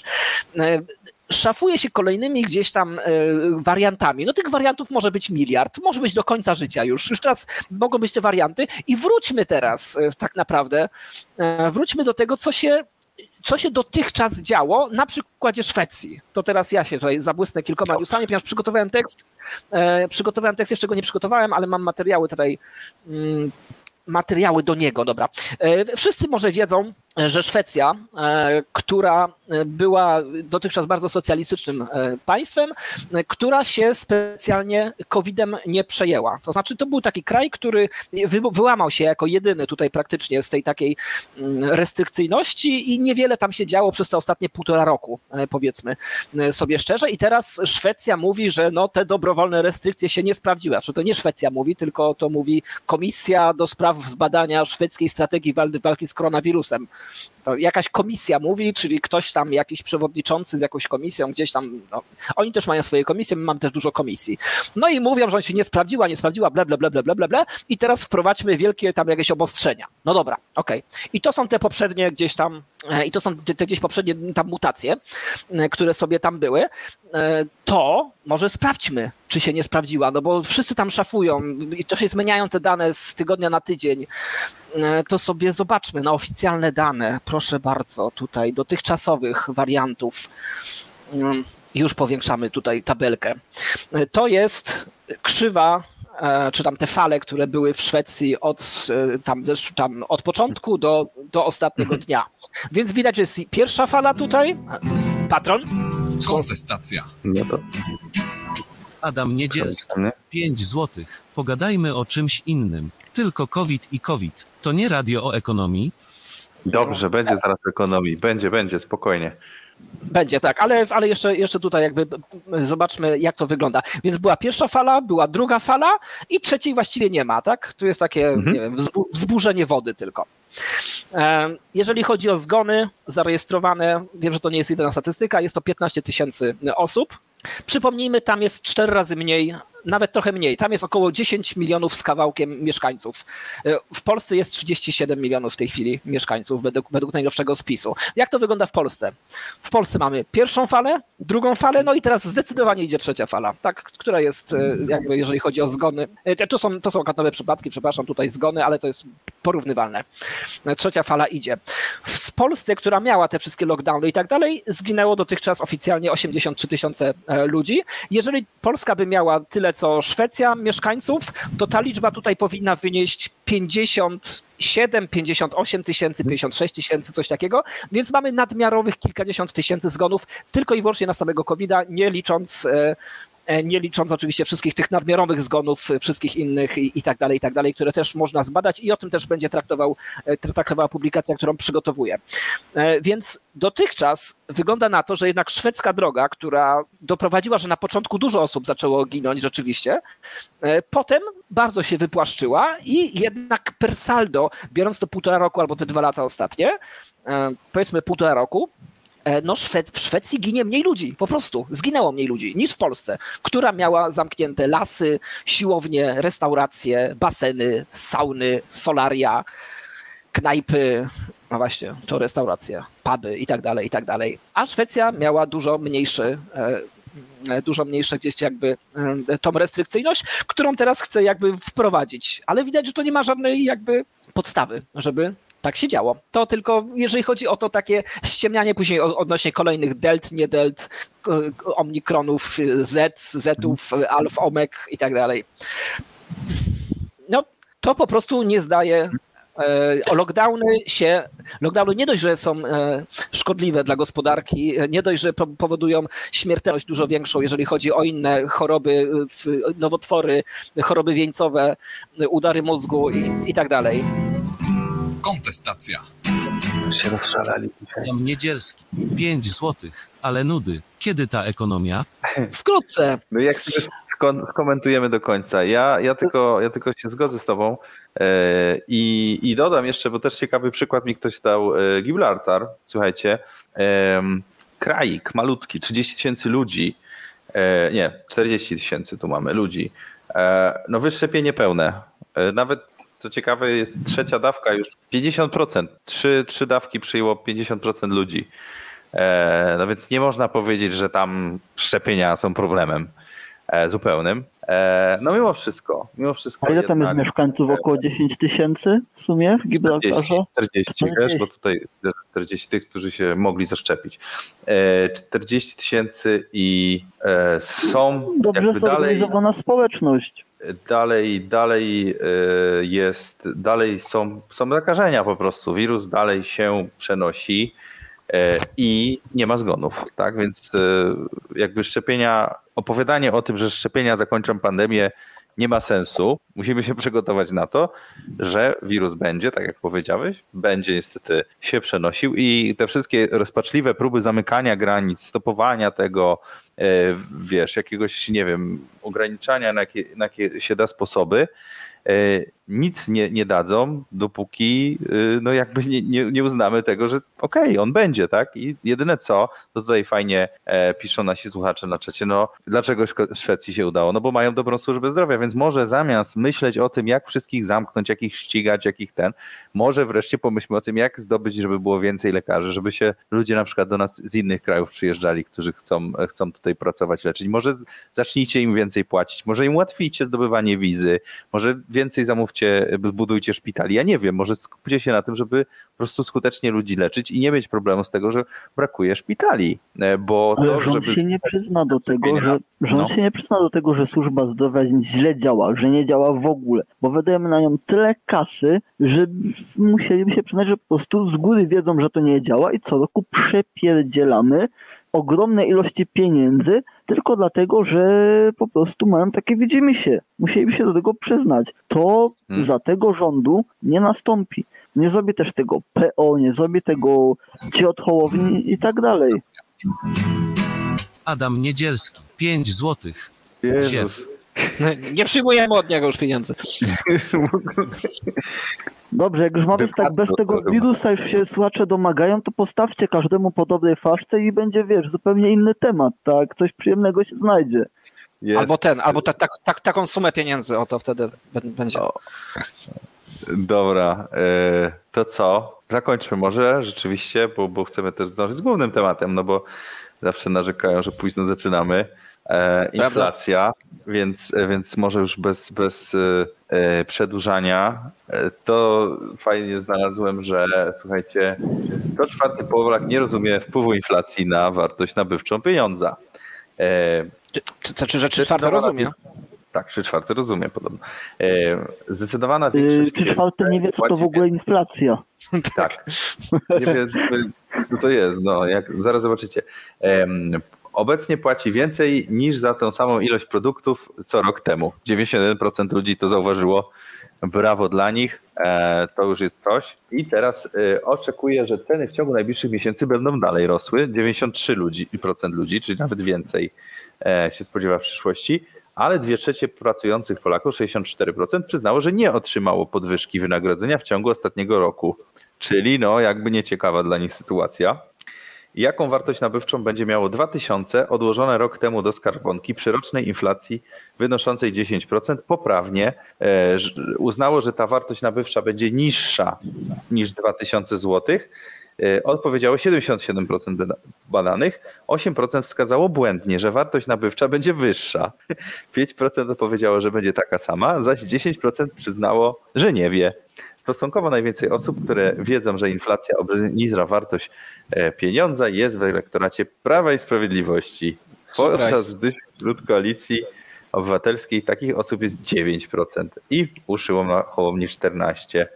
Szafuje się kolejnymi gdzieś tam wariantami. No tych wariantów może być miliard, może być do końca życia już. Już teraz mogą być te warianty i wróćmy teraz tak naprawdę, wróćmy do tego, co się co się dotychczas działo na przykładzie Szwecji. To teraz ja się tutaj zabłysnę kilkoma newsami, ponieważ przygotowałem tekst, e, przygotowałem tekst, jeszcze go nie przygotowałem, ale mam materiały tutaj, mm, materiały do niego, dobra. E, wszyscy może wiedzą, że Szwecja, e, która była dotychczas bardzo socjalistycznym e, państwem, e, która się specjalnie kowidem nie przejęła. To znaczy to był taki kraj, który wy, wyłamał się jako jedyny tutaj praktycznie z tej takiej mm, restrykcyjności i niewiele tam się działo przez te ostatnie półtora roku, e, powiedzmy e, sobie szczerze. I teraz Szwecja mówi, że no, te dobrowolne restrykcje się nie sprawdziły. Znaczy to nie Szwecja mówi, tylko to mówi Komisja do spraw zbadania szwedzkiej strategii walki z koronawirusem. To jakaś komisja mówi, czyli ktoś tam, jakiś przewodniczący z jakąś komisją, gdzieś tam, no, oni też mają swoje komisje, my mamy też dużo komisji. No i mówią, że on się nie sprawdziła, nie sprawdziła, ble, ble, ble, ble, ble, ble, ble i teraz wprowadźmy wielkie tam jakieś obostrzenia. No dobra, okej. Okay. I to są te poprzednie gdzieś tam, i to są te, te gdzieś poprzednie tam mutacje, które sobie tam były. To może sprawdźmy, czy się nie sprawdziła, no bo wszyscy tam szafują i to się zmieniają te dane z tygodnia na tydzień. To sobie zobaczmy na oficjalne dane, proszę bardzo, tutaj dotychczasowych wariantów. Już powiększamy tutaj tabelkę. To jest krzywa, czy tam te fale, które były w Szwecji od, tam, tam od początku do, do ostatniego dnia. Więc widać, że jest pierwsza fala tutaj. Patron? Kontestacja. No to... Adam Niedzielski, pięć złotych. Pogadajmy o czymś innym. Tylko COVID i COVID. To nie radio o ekonomii? Dobrze, będzie zaraz o ekonomii. Będzie, będzie, spokojnie. Będzie, tak, ale, ale jeszcze, jeszcze tutaj jakby zobaczmy, jak to wygląda. Więc była pierwsza fala, była druga fala i trzeciej właściwie nie ma, tak? Tu jest takie, mhm. nie wiem, wzbu- wzburzenie wody tylko. Jeżeli chodzi o zgony zarejestrowane, wiem, że to nie jest jedyna statystyka, jest to piętnaście tysięcy osób. Przypomnijmy, tam jest cztery razy mniej, nawet trochę mniej. Tam jest około dziesięć milionów z kawałkiem mieszkańców. W Polsce jest trzydzieści siedem milionów w tej chwili mieszkańców według, według najnowszego spisu. Jak to wygląda w Polsce? W Polsce mamy pierwszą falę, drugą falę, no i teraz zdecydowanie idzie trzecia fala, tak, która jest jakby, jeżeli chodzi o zgony. To są, to są akurat przypadki, przepraszam, tutaj zgony, ale to jest porównywalne. Trzecia fala idzie. W Polsce, która miała te wszystkie lockdowny i tak dalej, zginęło dotychczas oficjalnie osiemdziesiąt trzy tysiące ludzi. Jeżeli Polska by miała tyle co Szwecja mieszkańców, to ta liczba tutaj powinna wynieść pięćdziesiąt siedem, pięćdziesiąt osiem tysięcy, pięćdziesiąt sześć tysięcy, coś takiego, więc mamy nadmiarowych kilkadziesiąt tysięcy zgonów tylko i wyłącznie na samego kowida, nie licząc nie licząc oczywiście wszystkich tych nadmiarowych zgonów, wszystkich innych i, i tak dalej, i tak dalej, które też można zbadać i o tym też będzie traktował, traktowała publikacja, którą przygotowuję. Więc dotychczas wygląda na to, że jednak szwedzka droga, która doprowadziła, że na początku dużo osób zaczęło ginąć rzeczywiście, potem bardzo się wypłaszczyła i jednak per saldo, biorąc to półtora roku albo te dwa lata ostatnie, powiedzmy półtora roku, no Szwe- w Szwecji ginie mniej ludzi, po prostu zginęło mniej ludzi niż w Polsce, która miała zamknięte lasy, siłownie, restauracje, baseny, sauny, solaria, knajpy, no właśnie, to restauracje, puby i tak dalej, i tak dalej. A Szwecja miała dużo mniejszy, dużo mniejsze gdzieś jakby tą restrykcyjność, którą teraz chce jakby wprowadzić, ale widać, że to nie ma żadnej jakby podstawy, żeby tak się działo. To tylko, jeżeli chodzi o to takie ściemnianie później odnośnie kolejnych delt, nie delt, omikronów, Z, Zetów, alf, omek i tak dalej. No, to po prostu nie zdaje O lockdowny się, lockdowny nie dość, że są szkodliwe dla gospodarki, nie dość, że powodują śmiertelność dużo większą, jeżeli chodzi o inne choroby, nowotwory, choroby wieńcowe, udary mózgu i, i tak dalej. Kontestacja. Się rozstrzelali dzisiaj. Adam Niedzielski, pięć złotych, ale nudy. Kiedy ta ekonomia? Wkrótce. No jak sobie skon- skomentujemy do końca. Ja, ja, tylko, ja tylko się zgodzę z tobą e, i, i dodam jeszcze, bo też ciekawy przykład mi ktoś dał, e, Gibraltar, słuchajcie, e, kraik malutki, trzydzieści tysięcy ludzi, e, nie, czterdzieści tysięcy tu mamy ludzi, e, no wyszczepienie pełne, e, nawet co ciekawe jest trzecia dawka już pięćdziesiąt procent, trzy, trzy dawki przyjęło pięćdziesiąt procent ludzi. No więc nie można powiedzieć, że tam szczepienia są problemem zupełnym. No mimo wszystko, mimo wszystko. A ile tam jest mieszkańców? Około dziesięć tysięcy w sumie w Gibraltarze? czterdzieści, wiesz, bo tutaj czterdzieści tych, którzy się mogli zaszczepić. czterdzieści tysięcy i są dobrze jakby zorganizowana dalej, społeczność. Dalej, dalej jest, dalej są, są zakażenia po prostu. Wirus dalej się przenosi. I nie ma zgonów, tak? Więc jakby szczepienia, opowiadanie o tym, że szczepienia zakończą pandemię, nie ma sensu. Musimy się przygotować na to, że wirus będzie, tak jak powiedziałeś, będzie niestety się przenosił i te wszystkie rozpaczliwe próby zamykania granic, stopowania tego, wiesz, jakiegoś, nie wiem, ograniczania, na jakie, na jakie się da sposoby, nic nie, nie dadzą, dopóki no jakby nie, nie, nie uznamy tego, że okej, okay, on będzie, tak? I jedyne co, to tutaj fajnie e, piszą nasi słuchacze na czacie, no dlaczego Szwecji się udało? No bo mają dobrą służbę zdrowia, więc może zamiast myśleć o tym, jak wszystkich zamknąć, jak ich ścigać, jak ich ten, może wreszcie pomyślmy o tym, jak zdobyć, żeby było więcej lekarzy, żeby się ludzie na przykład do nas z innych krajów przyjeżdżali, którzy chcą, chcą tutaj pracować, leczyć. Może zacznijcie im więcej płacić, może im ułatwijcie zdobywanie wizy, może więcej zamówcie, budujcie szpitali. Ja nie wiem, może skupcie się na tym, żeby po prostu skutecznie ludzi leczyć i nie mieć problemu z tego, że brakuje szpitali. Bo Ale to, rząd żeby... się nie przyzna do tego, że rząd no. się nie przyzna do tego, że służba zdrowia źle działa, że nie działa w ogóle, bo wydajemy na nią tyle kasy, że musieliby się przyznać, że po prostu z góry wiedzą, że to nie działa i co roku przepierdzielamy ogromne ilości pieniędzy tylko dlatego, że po prostu mają takie widzimisię. Musieliby się do tego przyznać. To hmm. za tego rządu nie nastąpi. Nie zrobi też tego P O, nie zrobi tego ci od Hołowni i tak dalej. Adam Niedzielski, pięć złotych. Jezus. Nie przyjmujemy od niego już pieniędzy. Dobrze, jak już ma być tak bez tego wirusa, już się słuchacze domagają, to postawcie każdemu po dobrej flaszce i będzie, wiesz, zupełnie inny temat, tak? Coś przyjemnego się znajdzie. Jest. Albo ten, albo ta, ta, ta, taką sumę pieniędzy, o to wtedy będzie. O. Dobra, to co? Zakończmy może rzeczywiście, bo, bo chcemy też zdążyć z głównym tematem, no bo zawsze narzekają, że późno zaczynamy. E, inflacja, więc, więc może już bez, bez e, przedłużania. E, to fajnie znalazłem, że słuchajcie, co czwarty Polak nie rozumie wpływu inflacji na wartość nabywczą pieniądza. E, to znaczy, że trzy czwarte rozumie? Tak, trzy czwarte rozumie podobno. E, zdecydowana większość... Trzy czwarte nie wie, co to w ogóle inflacja. Tak. Nie wie, co to jest. No, jak, zaraz zobaczycie. E, Obecnie płaci więcej niż za tę samą ilość produktów co rok temu. dziewięćdziesiąt jeden procent ludzi to zauważyło. Brawo dla nich. To już jest coś. I teraz oczekuję, że ceny w ciągu najbliższych miesięcy będą dalej rosły. dziewięćdziesiąt trzy procent ludzi, czyli nawet więcej się spodziewa w przyszłości. Ale dwie trzecie pracujących Polaków, sześćdziesiąt cztery procent, przyznało, że nie otrzymało podwyżki wynagrodzenia w ciągu ostatniego roku. Czyli no jakby nieciekawa dla nich sytuacja. Jaką wartość nabywczą będzie miało dwa tysiące odłożone rok temu do skarbonki przy rocznej inflacji wynoszącej dziesięć procent poprawnie uznało, że ta wartość nabywcza będzie niższa niż dwa tysiące złotych. Odpowiedziało siedemdziesiąt siedem procent badanych, osiem procent wskazało błędnie, że wartość nabywcza będzie wyższa. pięć procent odpowiedziało, że będzie taka sama, zaś dziesięć procent przyznało, że nie wie. Stosunkowo najwięcej osób, które wiedzą, że inflacja obniża wartość pieniądza, jest w elektoracie Prawa i Sprawiedliwości. Podczas gdy wśród Koalicji Obywatelskiej takich osób jest dziewięć procent i u Szymona Hołowni czternaście procent.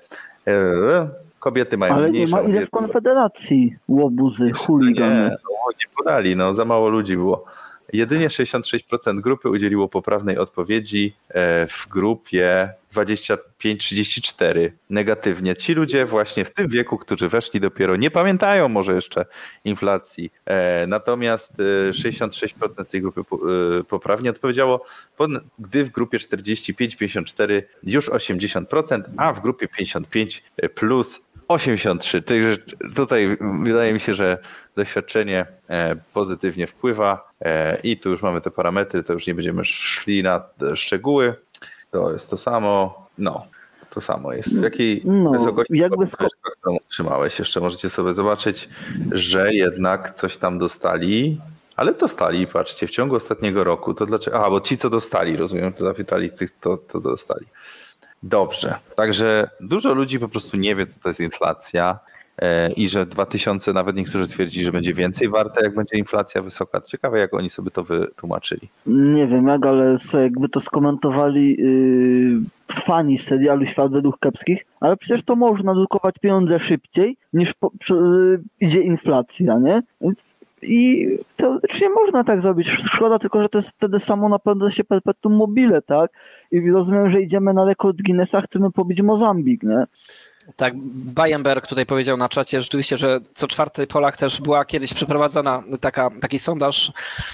E, Kobiety mają Ale nie mniejszą ma ile w wiedzę. Konfederacji łobuzy, Nie, chuligany. no, nie podali, no za mało ludzi było. Jedynie sześćdziesiąt sześć procent grupy udzieliło poprawnej odpowiedzi, e, w grupie dwadzieścia pięć trzydzieści cztery negatywnie. Ci ludzie właśnie w tym wieku, którzy weszli dopiero, nie pamiętają może jeszcze inflacji. E, natomiast e, sześćdziesiąt sześć procent z tej grupy po, e, poprawnie odpowiedziało, pod, gdy w grupie czterdzieści pięć pięćdziesiąt cztery już osiemdziesiąt procent, a w grupie pięćdziesiąt pięć plus osiemdziesiąt trzy. Także tutaj wydaje mi się, że doświadczenie e, pozytywnie wpływa e, i tu już mamy te parametry, to już nie będziemy szli na te szczegóły. To jest to samo, no, to samo jest. W jakiej No, wysokości jakby sko- którą otrzymałeś? Jeszcze możecie sobie zobaczyć, że jednak coś tam dostali, ale dostali, patrzcie, w ciągu ostatniego roku. To dlaczego? Aha, bo ci, co dostali, rozumiem, to zapytali tych, to, to dostali. Dobrze, także dużo ludzi po prostu nie wie, co to jest inflacja e, i że dwa tysiące, nawet niektórzy twierdzili, że będzie więcej warte, jak będzie inflacja wysoka. Ciekawe, jak oni sobie to wytłumaczyli. Nie wiem jak, ale co, jakby to skomentowali yy, fani serialu Świat według Kiepskich, ale przecież to można drukować pieniądze szybciej niż po, przy, yy, idzie inflacja, nie? Więc i teoretycznie można tak zrobić. Szkoda tylko, że to jest wtedy samo napędza się perpetuum mobile, tak? I rozumiem, że idziemy na rekord Guinnessa, chcemy pobić Mozambik, nie? Tak, Bayenberg tutaj powiedział na czacie rzeczywiście, że co czwarty Polak też była kiedyś przeprowadzona taka, taki sondaż,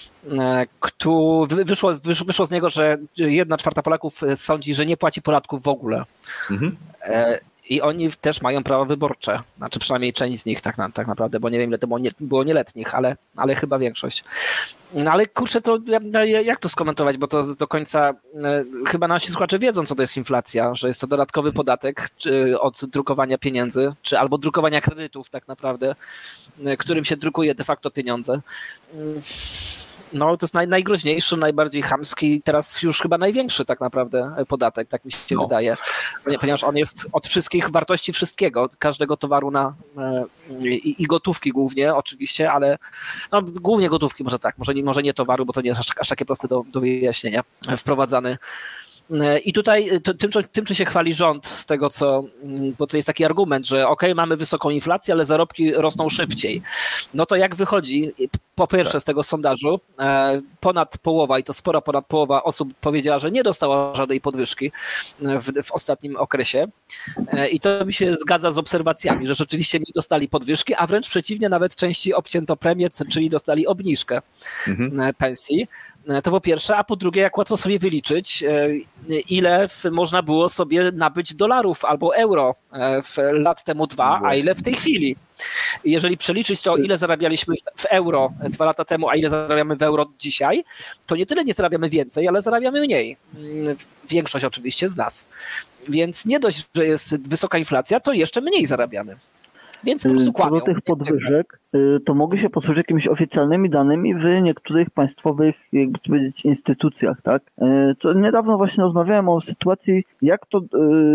który wyszło, wyszło z niego, że jedna czwarta Polaków sądzi, że nie płaci podatków w ogóle. Mhm. I oni też mają prawa wyborcze, znaczy przynajmniej część z nich tak, na, tak naprawdę, bo nie wiem ile to było, nie, było nieletnich, ale, ale chyba większość. No ale kurczę, to jak to skomentować, bo to do końca e, chyba nasi słuchacze wiedzą, co to jest inflacja, że jest to dodatkowy podatek czy, od drukowania pieniędzy, czy albo drukowania kredytów tak naprawdę, e, którym się drukuje de facto pieniądze. No to jest naj, najgroźniejszy, najbardziej chamski, teraz już chyba największy tak naprawdę podatek, tak mi się no. wydaje, ponieważ on jest od wszystkich wartości wszystkiego, każdego towaru na i, i gotówki głównie oczywiście, ale no, głównie gotówki może tak, może nie, może nie towaru, bo to nie jest aż, aż takie proste do, do wyjaśnienia, wprowadzany. I tutaj to, tym, tym, czy się chwali rząd z tego, co, bo to jest taki argument, że okej, okay, mamy wysoką inflację, ale zarobki rosną szybciej. No to jak wychodzi, po pierwsze z tego sondażu, ponad połowa, i to sporo ponad połowa osób powiedziała, że nie dostała żadnej podwyżki w, w ostatnim okresie. I to mi się zgadza z obserwacjami, że rzeczywiście nie dostali podwyżki, a wręcz przeciwnie, nawet części obcięto premię, czyli dostali obniżkę mhm. pensji. To po pierwsze, a po drugie, jak łatwo sobie wyliczyć, ile można było sobie nabyć dolarów albo euro w lat temu dwa, a ile w tej chwili. Jeżeli przeliczyć to, ile zarabialiśmy w euro dwa lata temu, a ile zarabiamy w euro dzisiaj, to nie tyle nie zarabiamy więcej, ale zarabiamy mniej. Większość oczywiście z nas. Więc nie dość, że jest wysoka inflacja, to jeszcze mniej zarabiamy. Więc po prostu kłamią. Co do tych podwyżek, to mogę się posłużyć jakimiś oficjalnymi danymi w niektórych państwowych, jakby to powiedzieć, instytucjach, tak? Co niedawno właśnie rozmawiałem o sytuacji, jak to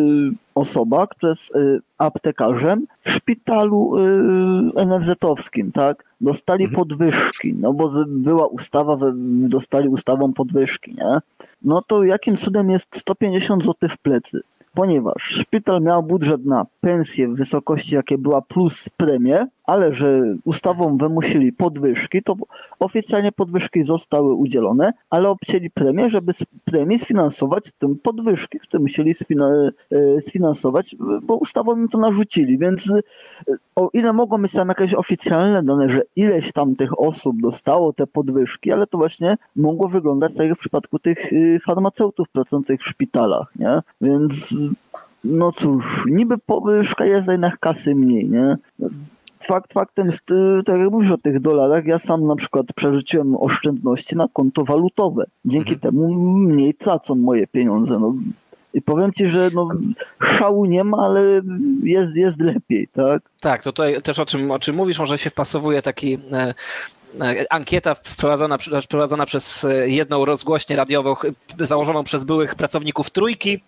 osoba, która jest aptekarzem w szpitalu en ef zetowskim, tak? Dostali mhm. podwyżki, no bo była ustawa, dostali ustawą podwyżki, nie? No to jakim cudem jest sto pięćdziesiąt złotych w plecy? Ponieważ szpital miał budżet na pensję w wysokości, jakie była, plus premię, ale że ustawą wymusili podwyżki, to oficjalnie podwyżki zostały udzielone, ale obcięli premię, żeby z premii sfinansować te podwyżki, które musieli sfinansować, bo ustawą im to narzucili. Więc o ile mogą być tam jakieś oficjalne dane, że ileś tam tych osób dostało te podwyżki, ale to właśnie mogło wyglądać tak jak w przypadku tych farmaceutów pracujących w szpitalach, nie? Więc no cóż, niby podwyżka jest, jednak kasy mniej, nie? Fakt faktem jest, tak jak mówisz o tych dolarach, ja sam na przykład przerzuciłem oszczędności na konto walutowe. Dzięki mhm. temu mniej tracą moje pieniądze. No. I powiem ci, że no, szału nie ma, ale jest, jest lepiej, tak? Tak, to tutaj też o czym, o czym mówisz, może się wpasowuje taki... E... Ankieta wprowadzona, wprowadzona przez jedną rozgłośnię radiową założoną przez byłych pracowników Trójki.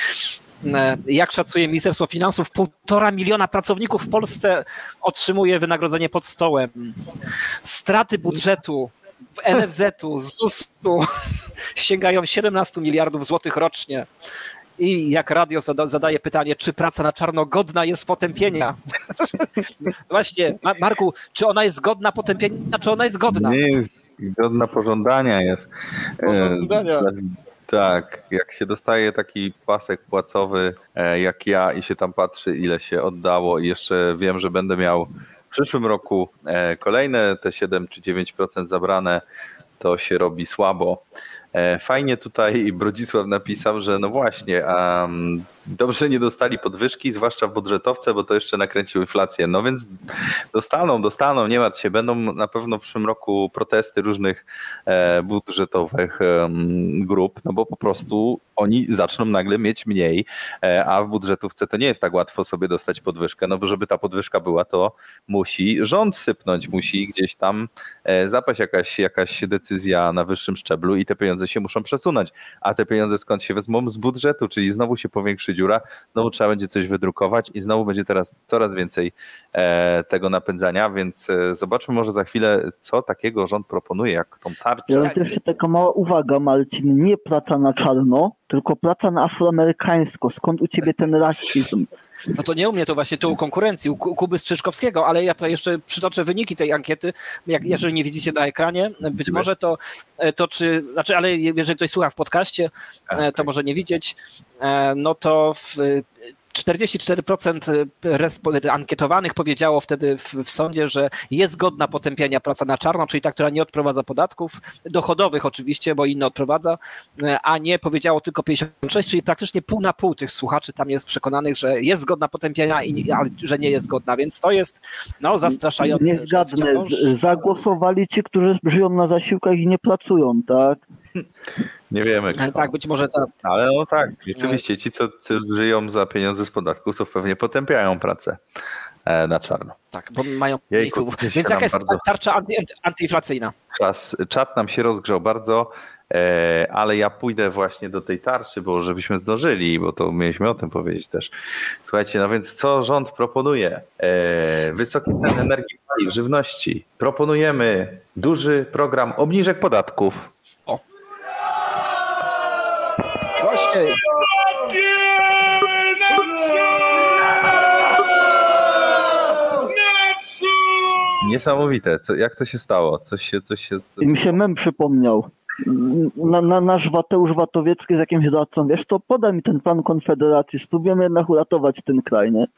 Jak szacuje Ministerstwo Finansów, półtora miliona pracowników w Polsce otrzymuje wynagrodzenie pod stołem. Straty budżetu en ef zetu, zusu sięgają siedemnaście miliardów złotych rocznie. I jak radio zada, zadaje pytanie, czy praca na czarno godna jest potępienia? Właśnie, Marku, czy ona jest godna potępienia, czy ona jest godna? Nie jest godna pożądania jest. Pożądania. Tak, jak się dostaje taki pasek płacowy jak ja i się tam patrzy, ile się oddało i jeszcze wiem, że będę miał w przyszłym roku kolejne te siedem czy dziewięć procent zabrane, to się robi słabo. Fajnie tutaj Brodzisław napisał, że no właśnie, um, dobrze nie dostali podwyżki, zwłaszcza w budżetowce, bo to jeszcze nakręcił inflację. No więc dostaną, dostaną, nie martw się. Będą na pewno w przyszłym roku protesty różnych e, budżetowych e, grup, no bo po prostu oni zaczną nagle mieć mniej, e, a w budżetówce to nie jest tak łatwo sobie dostać podwyżkę, no bo żeby ta podwyżka była, to musi rząd sypnąć, musi gdzieś tam e, zapaść jakaś, jakaś decyzja na wyższym szczeblu i te pieniądze się muszą przesunąć. A te pieniądze skąd się wezmą? Z budżetu, czyli znowu się powiększy dziura, znowu trzeba będzie coś wydrukować i znowu będzie teraz coraz więcej e, tego napędzania, więc e, zobaczmy może za chwilę, co takiego rząd proponuje, jak tą tarczę. Ja mam też taka mała uwaga, Marcin, nie praca na czarno, tylko praca na afroamerykańsko. Skąd u ciebie ten rasizm? No to nie u mnie, to właśnie tu u konkurencji, u Kuby Strzyczkowskiego, ale ja tutaj jeszcze przytoczę wyniki tej ankiety, jak, jeżeli nie widzicie na ekranie, być może to, to czy, znaczy, ale jeżeli ktoś słucha w podcaście, to może nie widzieć, no to w czterdzieści cztery procent ankietowanych powiedziało wtedy w, w sądzie, że jest godna potępienia praca na czarno, czyli ta, która nie odprowadza podatków, dochodowych oczywiście, bo inne odprowadza, a nie powiedziało tylko pięćdziesiąt sześć, czyli praktycznie pół na pół tych słuchaczy tam jest przekonanych, że jest godna potępienia, i, ale że nie jest godna, więc to jest no, zastraszające. Nie zgadnę, zagłosowali ci, którzy żyją na zasiłkach i nie pracują, tak? Nie wiemy. Kto. Tak, być może tak. Ale no tak, rzeczywiście ci, co, co żyją za pieniądze z podatków, to pewnie potępiają pracę na czarno. Tak, bo mają Jejku, wpływów. Więc jaka jest bardzo... tarcza anty, antyinflacyjna? Czas, czat nam się rozgrzał bardzo, ale ja pójdę właśnie do tej tarczy, bo żebyśmy zdążyli, bo to mieliśmy o tym powiedzieć też. Słuchajcie, no więc co rząd proponuje? Wysokie ceny energii, paliw, żywności. Proponujemy duży program obniżek podatków. O. Właśnie. Niesamowite. Co, jak to się stało? Coś się, coś się, coś... I mi się mem przypomniał. Na, na, nasz Wateusz Watowiecki z jakimś radcą, wiesz, to podaj mi ten plan Konfederacji, spróbujemy jednak uratować ten kraj, nie?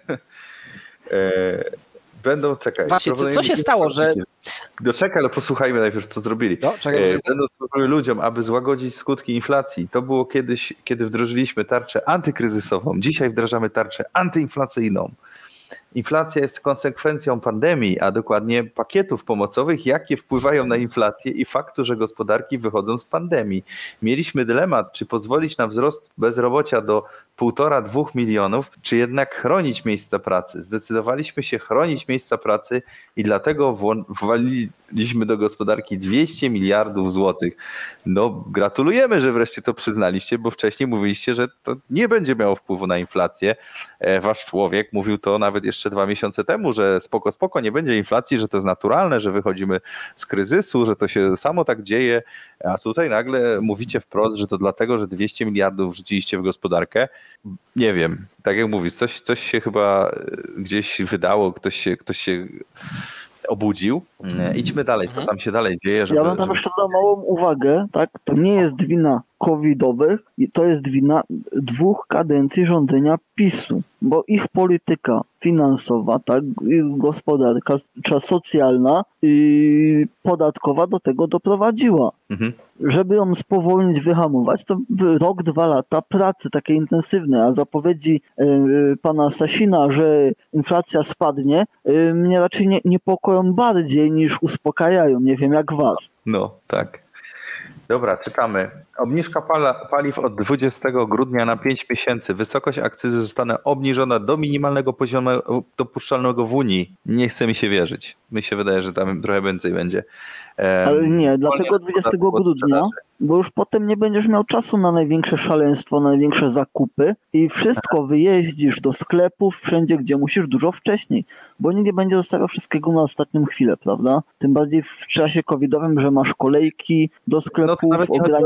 Będą, czekaj. Właśnie, co, co się stało, że... No czekaj, ale posłuchajmy najpierw, co zrobili. No, czekaj, Będą służyły ludziom, aby złagodzić skutki inflacji. To było kiedyś, kiedy wdrożyliśmy tarczę antykryzysową. Dzisiaj wdrażamy tarczę antyinflacyjną. Inflacja jest konsekwencją pandemii, a dokładnie pakietów pomocowych, jakie wpływają na inflację i faktu, że gospodarki wychodzą z pandemii. Mieliśmy dylemat, czy pozwolić na wzrost bezrobocia do półtora, dwóch milionów, czy jednak chronić miejsca pracy. Zdecydowaliśmy się chronić miejsca pracy i dlatego wwaliliśmy do gospodarki dwieście miliardów złotych. No gratulujemy, że wreszcie to przyznaliście, bo wcześniej mówiliście, że to nie będzie miało wpływu na inflację. Wasz człowiek mówił to nawet jeszcze dwa miesiące temu, że spoko, spoko, nie będzie inflacji, że to jest naturalne, że wychodzimy z kryzysu, że to się samo tak dzieje, a tutaj nagle mówicie wprost, że to dlatego, że dwieście miliardów wrzuciliście w gospodarkę. Nie wiem, tak jak mówisz, coś, coś się chyba gdzieś wydało, ktoś się, ktoś się obudził. Idźmy dalej, co tam się dalej dzieje. Żeby, ja mam tam żeby... jeszcze małą uwagę, tak? To nie jest wina covidowych, to jest wina dwóch kadencji rządzenia PiSu, bo ich polityka finansowa, tak, ich gospodarka socjalna i podatkowa do tego doprowadziła. Mhm. Żeby ją spowolnić, wyhamować, to rok, dwa lata pracy takiej intensywnej, a zapowiedzi y, pana Sasina, że inflacja spadnie, y, mnie raczej nie, niepokoją bardziej niż uspokajają. Nie wiem jak was. No, tak. Dobra, czytamy. Obniżka paliw od dwudziestego grudnia na pięć miesięcy. Wysokość akcyzy zostanie obniżona do minimalnego poziomu dopuszczalnego w Unii. Nie chce mi się wierzyć. Mi się wydaje, że tam trochę więcej będzie. Ale nie, dlatego dwudziestego grudnia, bo już potem nie będziesz miał czasu na największe szaleństwo, na największe zakupy i wszystko wyjeździsz do sklepów, wszędzie, gdzie musisz, dużo wcześniej, bo nikt nie będzie zostawiał wszystkiego na ostatnią chwilę, prawda? Tym bardziej w czasie covidowym, że masz kolejki do sklepów, no ograniczenie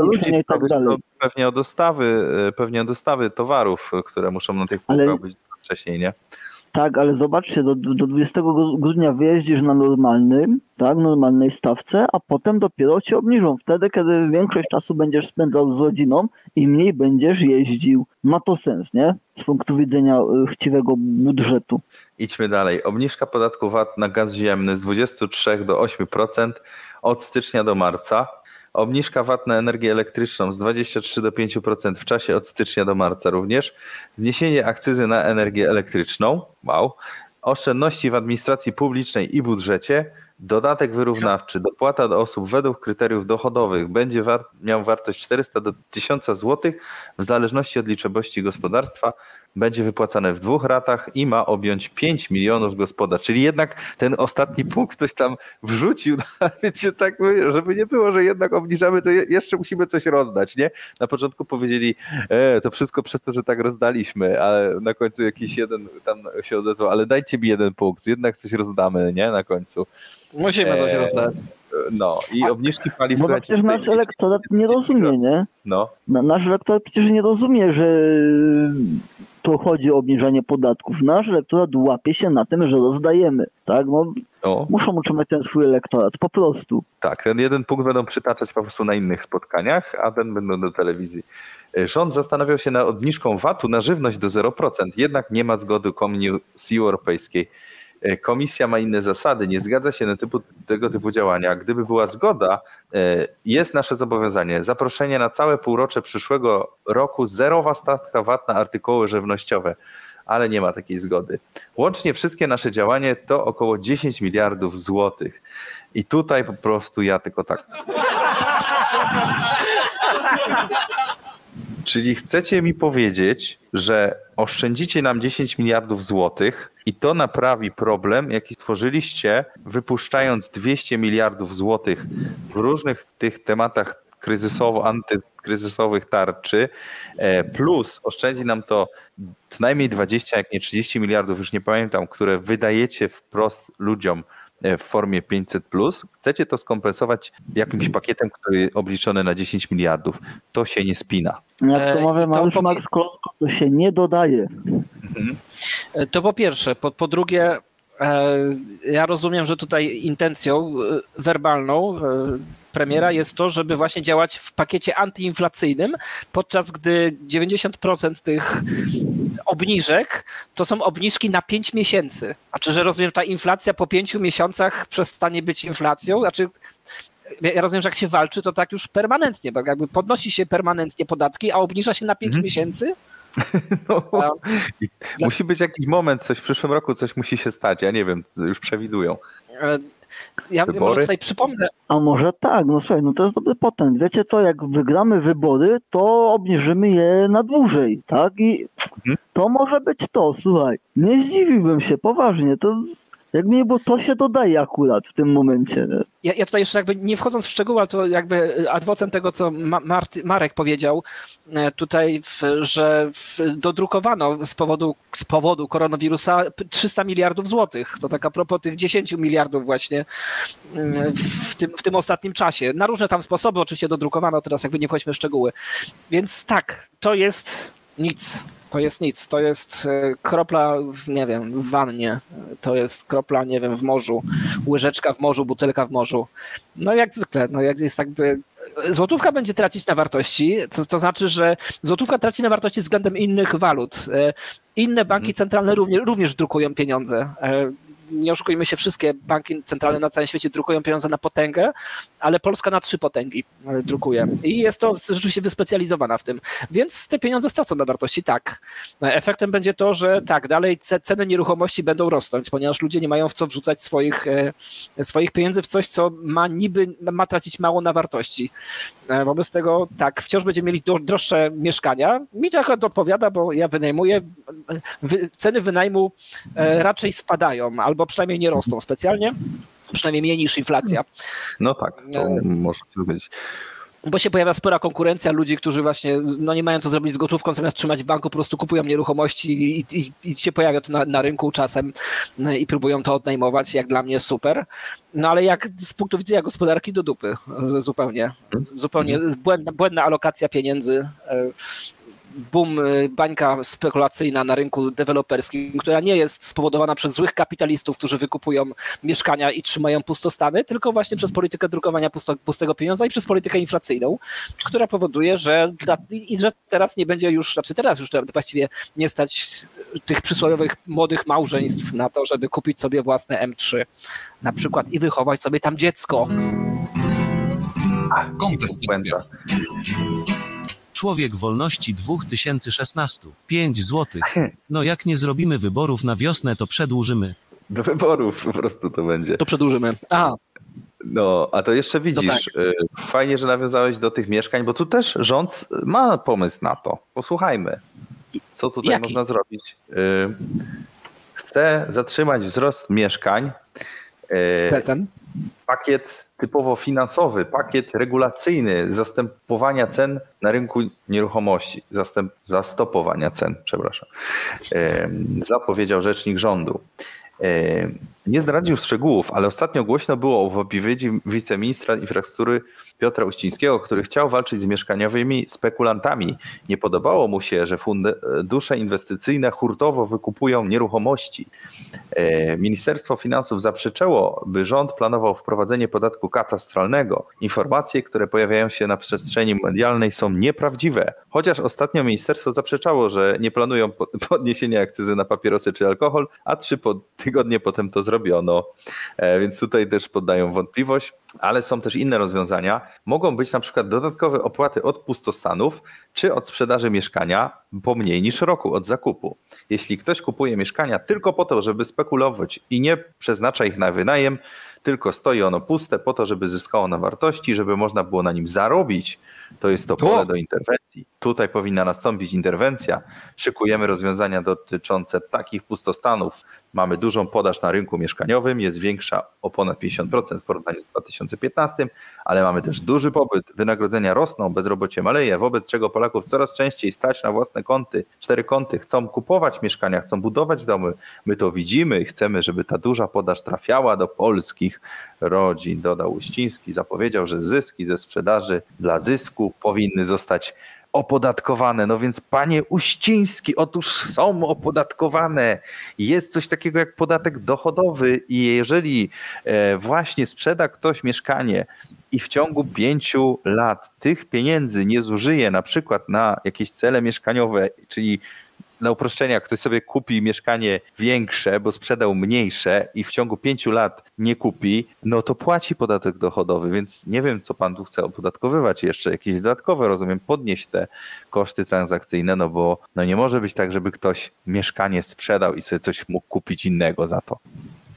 tak wiesz, dalej. to pewnie o dostawy, pewnie o dostawy towarów, które muszą na tych Ale- półkach być wcześniej, nie? Tak, ale zobaczcie, do, do dwudziestego grudnia wyjeździsz na normalnym, tak, normalnej stawce, a potem dopiero cię obniżą. Wtedy, kiedy większość czasu będziesz spędzał z rodziną i mniej będziesz jeździł. Ma to sens, nie? Z punktu widzenia y, chciwego budżetu. Idźmy dalej. Obniżka podatku V A T na gaz ziemny z dwudziestu trzech do ośmiu procent od stycznia do marca. Obniżka V A T na energię elektryczną z dwudziestu trzech do pięciu procent w czasie od stycznia do marca również. Zniesienie akcyzy na energię elektryczną. Wow. Oszczędności w administracji publicznej i budżecie. Dodatek wyrównawczy, dopłata do osób według kryteriów dochodowych będzie war- miał wartość czterysta do tysiąca złotych w zależności od liczebności gospodarstwa. Będzie wypłacane w dwóch ratach i ma objąć pięć milionów gospodarstw. Czyli jednak ten ostatni punkt ktoś tam wrzucił, wiecie, tak, żeby nie było, że jednak obniżamy, to je- jeszcze musimy coś rozdać, nie? Na początku powiedzieli, e, to wszystko przez to, że tak rozdaliśmy, ale na końcu jakiś jeden tam się odezwał, ale dajcie mi jeden punkt, jednak coś rozdamy, nie? Na końcu. Musimy coś Eee, rozdać. No i obniżki paliw. Bo słuchajcie, przecież nasz tutaj- elektorat nie rozumie, nie? No, Na- Nasz elektorat przecież nie rozumie, że to chodzi o obniżanie podatków. Nasz elektorat łapie się na tym, że rozdajemy, tak? No, o, muszą utrzymać ten swój elektorat, po prostu. tak, ten jeden punkt będą przytaczać po prostu na innych spotkaniach, a ten będą do telewizji. Rząd zastanawiał się nad obniżką V A T-u na żywność do zero procent, jednak nie ma zgody Komisji Europejskiej. Komisja ma inne zasady, nie zgadza się na typu, tego typu działania. Gdyby była zgoda, jest nasze zobowiązanie. Zaproszenie na całe półrocze przyszłego roku, zerowa stawka V A T na artykuły żywnościowe, ale nie ma takiej zgody. Łącznie wszystkie nasze działanie to około dziesięć miliardów złotych. I tutaj po prostu ja tylko tak... Czyli chcecie mi powiedzieć, że oszczędzicie nam dziesięć miliardów złotych i to naprawi problem, jaki stworzyliście, wypuszczając dwieście miliardów złotych w różnych tych tematach kryzysowo, antykryzysowych tarczy, plus oszczędzi nam to co najmniej dwadzieścia, jak nie trzydzieści miliardów, już nie pamiętam, które wydajecie wprost ludziom w formie pięćset plus, chcecie to skompensować jakimś pakietem, który obliczony na dziesięć miliardów. To się nie spina. Jak to E, mawia i to Mariusz po- Max Klonko, to się nie dodaje. To po pierwsze. Po, po drugie, e, ja rozumiem, że tutaj intencją e, werbalną e, premiera jest to, żeby właśnie działać w pakiecie antyinflacyjnym, podczas gdy dziewięćdziesiąt procent tych obniżek to są obniżki na pięć miesięcy. Znaczy, że rozumiem, ta inflacja po pięciu miesiącach przestanie być inflacją. Znaczy, ja rozumiem, że jak się walczy, to tak już permanentnie, bo jakby podnosi się permanentnie podatki, a obniża się na pięć Mhm. miesięcy. No, A- i musi być jakiś moment, coś w przyszłym roku, coś musi się stać. Ja nie wiem, już przewidują. E, Ja Wybory? może tutaj przypomnę, A może tak, no słuchaj, no to jest dobry patent. Wiecie co, jak wygramy wybory, to obniżymy je na dłużej, tak? I Mhm. to może być to, słuchaj. Nie zdziwiłbym się, poważnie, to jak mnie, bo to się dodaje akurat w tym momencie. Nie? ja, ja tutaj jeszcze jakby nie wchodząc w szczegóły, ale to jakby adwocem tego, co Ma- Marty, Marek powiedział e, tutaj, w, że w, dodrukowano z powodu, z powodu koronawirusa trzysta miliardów złotych. To tak a propos tych dziesięciu miliardów właśnie mm, w tym, w tym ostatnim czasie. Na różne tam sposoby oczywiście dodrukowano, teraz jakby nie wchodźmy w szczegóły. Więc tak, to jest nic. To jest nic, to jest e, kropla, w, nie wiem, w wannie, to jest kropla, nie wiem, w morzu, łyżeczka w morzu, butelka w morzu. No jak zwykle, no jak jest jakby, złotówka będzie tracić na wartości, to, to znaczy, że złotówka traci na wartości względem innych walut. E, Inne banki centralne również, również drukują pieniądze. E, Nie oszukujmy się, wszystkie banki centralne na całym świecie drukują pieniądze na potęgę, ale Polska na trzy potęgi e, drukuje. I jest to rzeczywiście wyspecjalizowana w tym. Więc te pieniądze stracą na wartości, tak. Efektem będzie to, że tak, dalej ce- ceny nieruchomości będą rosnąć, ponieważ ludzie nie mają w co wrzucać swoich, e, swoich pieniędzy w coś, co ma niby, ma tracić mało na wartości. E, Wobec tego tak, wciąż będziemy mieli dro- droższe mieszkania. Mi to akurat odpowiada, bo ja wynajmuję. Wy, ceny wynajmu e, raczej spadają, albo przynajmniej nie rosną specjalnie. Przynajmniej mniej niż inflacja. No tak, to E, może tak być. bo się pojawia spora konkurencja ludzi, którzy właśnie no nie mają co zrobić z gotówką, zamiast trzymać w banku, po prostu kupują nieruchomości i, i, i się pojawia to na, na rynku czasem no i próbują to odnajmować, jak dla mnie super. No ale jak z punktu widzenia gospodarki do dupy, zupełnie. Zupełnie błędna, błędna alokacja pieniędzy, boom, bańka spekulacyjna na rynku deweloperskim, która nie jest spowodowana przez złych kapitalistów, którzy wykupują mieszkania i trzymają pustostany, tylko właśnie przez politykę drukowania pusto, pustego pieniądza i przez politykę inflacyjną, która powoduje, że, dla, i, że teraz nie będzie już, znaczy teraz już właściwie nie stać tych przysłowiowych młodych małżeństw na to, żeby kupić sobie własne M trzy na przykład i wychować sobie tam dziecko. Kontestacja. Człowiek wolności dwa tysiące szesnaście. pięć złotych. No jak nie zrobimy wyborów na wiosnę, to przedłużymy. Do wyborów po prostu to będzie. To przedłużymy. Aha. No, a to jeszcze widzisz, No tak. Fajnie, że nawiązałeś do tych mieszkań, bo tu też rząd ma pomysł na to. Posłuchajmy, co tutaj Jaki? można zrobić. Chce zatrzymać wzrost mieszkań. Zatem? Pakiet typowo finansowy, pakiet regulacyjny zastępowania cen na rynku nieruchomości, zastęp, zastopowania cen, przepraszam, zapowiedział rzecznik rządu. Nie zdradził szczegółów, ale ostatnio głośno było w wypowiedzi wiceministra infrastruktury Piotra Uścińskiego, który chciał walczyć z mieszkaniowymi spekulantami. Nie podobało mu się, że fundusze inwestycyjne hurtowo wykupują nieruchomości. Ministerstwo Finansów zaprzeczało, by rząd planował wprowadzenie podatku katastralnego. Informacje, które pojawiają się na przestrzeni medialnej, są nieprawdziwe. Chociaż ostatnio ministerstwo zaprzeczało, że nie planują podniesienia akcyzy na papierosy czy alkohol, a trzy tygodnie potem to zrobiono. Więc tutaj też poddają wątpliwość, ale są też inne rozwiązania. Mogą być na przykład dodatkowe opłaty od pustostanów czy od sprzedaży mieszkania po mniej niż roku od zakupu. Jeśli ktoś kupuje mieszkania tylko po to, żeby spekulować i nie przeznacza ich na wynajem, tylko stoi ono puste po to, żeby zyskało na wartości, żeby można było na nim zarobić, to jest to pole do interwencji. Tutaj powinna nastąpić interwencja. Szykujemy rozwiązania dotyczące takich pustostanów. Mamy dużą podaż na rynku mieszkaniowym, jest większa o ponad pięćdziesiąt procent w porównaniu z dwa tysiące piętnastym, ale mamy też duży popyt, wynagrodzenia rosną, bezrobocie maleje, wobec czego Polaków coraz częściej stać na własne konty, cztery konty, chcą kupować mieszkania, chcą budować domy. My to widzimy i chcemy, żeby ta duża podaż trafiała do polskich rodzin, dodał Uściński. Zapowiedział, że zyski ze sprzedaży dla zysku powinny zostać opodatkowane. No więc panie Uściński, otóż są opodatkowane. Jest coś takiego jak podatek dochodowy i jeżeli właśnie sprzeda ktoś mieszkanie i w ciągu pięciu lat tych pieniędzy nie zużyje na przykład na jakieś cele mieszkaniowe, czyli dla uproszczenia, ktoś sobie kupi mieszkanie większe, bo sprzedał mniejsze i w ciągu pięciu lat nie kupi, no to płaci podatek dochodowy, więc nie wiem, co pan tu chce opodatkowywać jeszcze, jakieś dodatkowe, rozumiem, podnieść te koszty transakcyjne, no bo no nie może być tak, żeby ktoś mieszkanie sprzedał i sobie coś mógł kupić innego za to.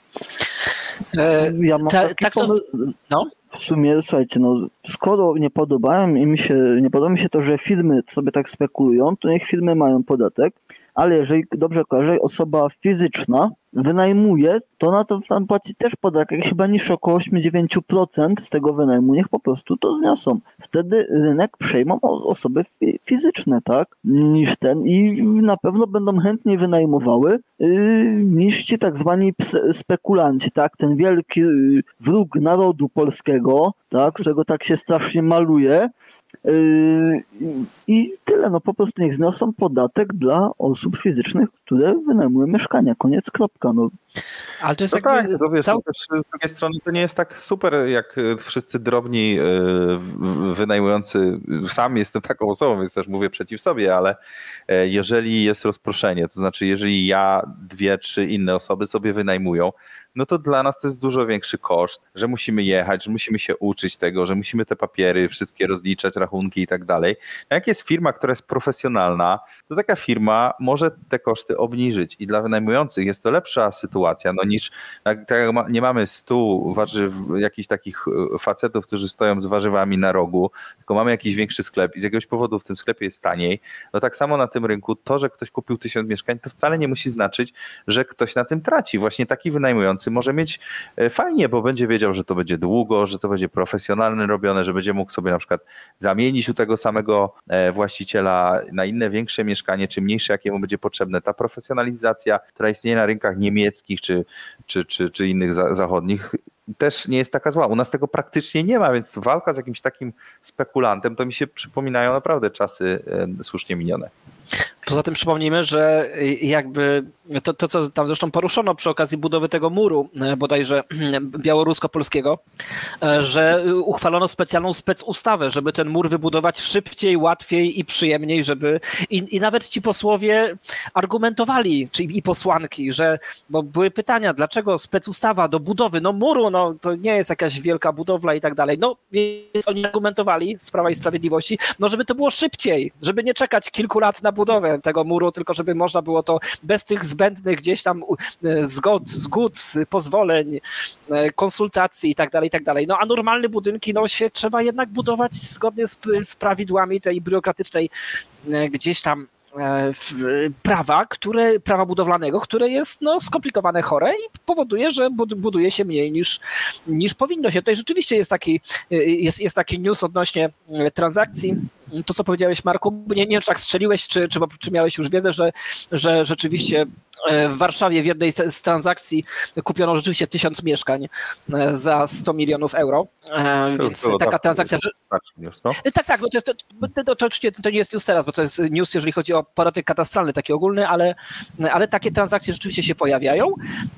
Ja mam Ta, taki tak to, pomysł, no. w sumie, słuchajcie, no skoro nie podobają i mi się, nie podoba mi się to, że firmy sobie tak spekulują, to niech firmy mają podatek, ale jeżeli dobrze kojarzę, osoba fizyczna wynajmuje, to na to tam płaci też podatek, jak chyba niż około osiem do dziewięciu procent z tego wynajmu, niech po prostu to zniosą. Wtedy rynek przejmą osoby fizyczne, tak, niż ten i na pewno będą chętniej wynajmowały yy, niż ci tak zwani spekulanci, tak, ten wielki yy, wróg narodu polskiego, tak, którego tak się strasznie maluje. Yy, I tyle, no po prostu niech zniosą podatek dla osób fizycznych, które wynajmują mieszkania. Koniec, kropka. No. Ale to jest No jakby tak, to wiesz, cał... też z drugiej strony to nie jest tak super, jak wszyscy drobni wynajmujący. Sam jestem taką osobą, więc też mówię przeciw sobie, ale jeżeli jest rozproszenie, to znaczy jeżeli ja, dwie, trzy inne osoby sobie wynajmują, no to dla nas to jest dużo większy koszt, że musimy jechać, że musimy się uczyć tego, że musimy te papiery wszystkie rozliczać, rachunki i tak dalej. Jak jest firma, która jest profesjonalna, to taka firma może te koszty obniżyć i dla wynajmujących jest to lepsza sytuacja, no niż tak, tak nie mamy stu warzyw, jakichś takich facetów, którzy stoją z warzywami na rogu, tylko mamy jakiś większy sklep i z jakiegoś powodu w tym sklepie jest taniej. No tak samo na tym rynku to, że ktoś kupił tysiąc mieszkań, to wcale nie musi znaczyć, że ktoś na tym traci. Właśnie taki wynajmujący budujący może mieć fajnie, bo będzie wiedział, że to będzie długo, że to będzie profesjonalnie robione, że będzie mógł sobie na przykład zamienić u tego samego właściciela na inne większe mieszkanie, czy mniejsze, jakie mu będzie potrzebne. Ta profesjonalizacja, która istnieje na rynkach niemieckich czy, czy, czy, czy innych zachodnich, też nie jest taka zła. U nas tego praktycznie nie ma, więc walka z jakimś takim spekulantem, to mi się przypominają naprawdę czasy słusznie minione. Poza tym przypomnijmy, że jakby to, to, co tam zresztą poruszono przy okazji budowy tego muru bodajże białorusko-polskiego, że uchwalono specjalną specustawę, żeby ten mur wybudować szybciej, łatwiej i przyjemniej, żeby i, i nawet ci posłowie argumentowali, czyli i posłanki, że, bo były pytania, dlaczego specustawa do budowy, no muru, no to nie jest jakaś wielka budowla i tak dalej. No więc oni argumentowali z Prawa i Sprawiedliwości, no żeby to było szybciej, żeby nie czekać kilku lat na budowę tego muru, tylko żeby można było to bez tych zbędnych gdzieś tam zgod, zgód, pozwoleń, konsultacji i tak dalej, i tak dalej. No a normalne budynki, no się trzeba jednak budować zgodnie z, z prawidłami tej biurokratycznej gdzieś tam prawa, które, prawa budowlanego, które jest no, skomplikowane, chore i powoduje, że buduje się mniej niż, niż powinno się. Tutaj rzeczywiście jest taki, jest, jest taki news odnośnie transakcji. To, co powiedziałeś, Marku, nie, nie wiem, czy tak strzeliłeś, czy, czy, czy miałeś już wiedzę, że, że rzeczywiście w Warszawie w jednej z transakcji kupiono rzeczywiście tysiąc mieszkań za sto milionów euro, to więc taka tak, transakcja... Że... Tak, no. tak, tak, no to, jest, to, to, to, to nie jest news teraz, bo to jest news, jeżeli chodzi o podatek katastralny, taki ogólny, ale, ale takie transakcje rzeczywiście się pojawiają.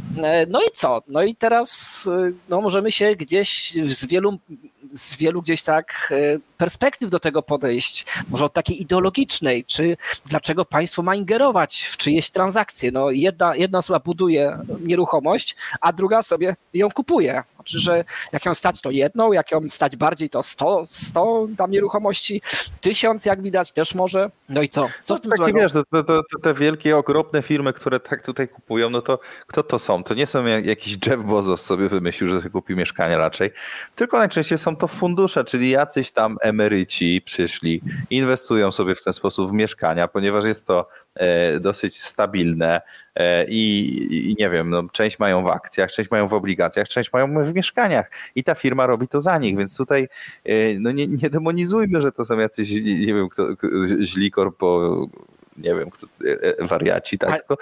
No i co? No i teraz no, możemy się gdzieś z wielu z wielu gdzieś tak perspektyw do tego podejść, może od takiej ideologicznej, czy dlaczego państwo ma ingerować w czyjeś transakcje. No jedna, jedna osoba buduje nieruchomość, a druga sobie ją kupuje. Znaczy, że jak ją stać to jedną, jak ją stać bardziej to sto, sto tam nieruchomości, tysiąc jak widać też może. No i co? Co w tym no, złego? Wiesz, to, to, to, te wielkie, okropne firmy, które tak tutaj kupują, no to kto to są? To nie są jakiś Jeff Bezos sobie wymyślił, że kupi mieszkanie raczej, tylko najczęściej są to fundusze, czyli jacyś tam emeryci przyszli, inwestują sobie w ten sposób w mieszkania, ponieważ jest to e, dosyć stabilne e, i, i nie wiem, no, część mają w akcjach, część mają w obligacjach, część mają w mieszkaniach i ta firma robi to za nich, więc tutaj e, no nie, nie demonizujmy, że to są jacyś, nie wiem, kto, źli korpo, nie wiem, kto, e, wariaci, tak, tylko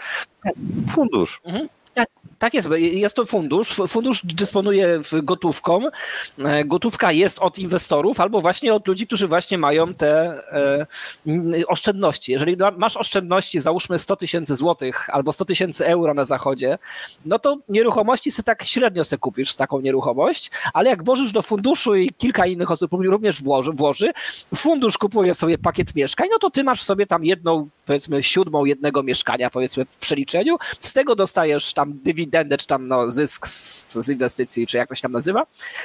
fundusz. Mhm. Tak jest, jest to fundusz. Fundusz dysponuje gotówką. Gotówka jest od inwestorów albo właśnie od ludzi, którzy właśnie mają te oszczędności. Jeżeli masz oszczędności, załóżmy sto tysięcy złotych albo sto tysięcy euro na zachodzie, no to nieruchomości sobie tak średnio sobie kupisz taką nieruchomość, ale jak włożysz do funduszu i kilka innych osób również włoży, włoży fundusz kupuje sobie pakiet mieszkań, no to ty masz sobie tam jedną, powiedzmy siódmą jednego mieszkania, powiedzmy w przeliczeniu, z tego dostajesz tam dywidendę, czy tam no, zysk z, z inwestycji, czy jak to się tam nazywa.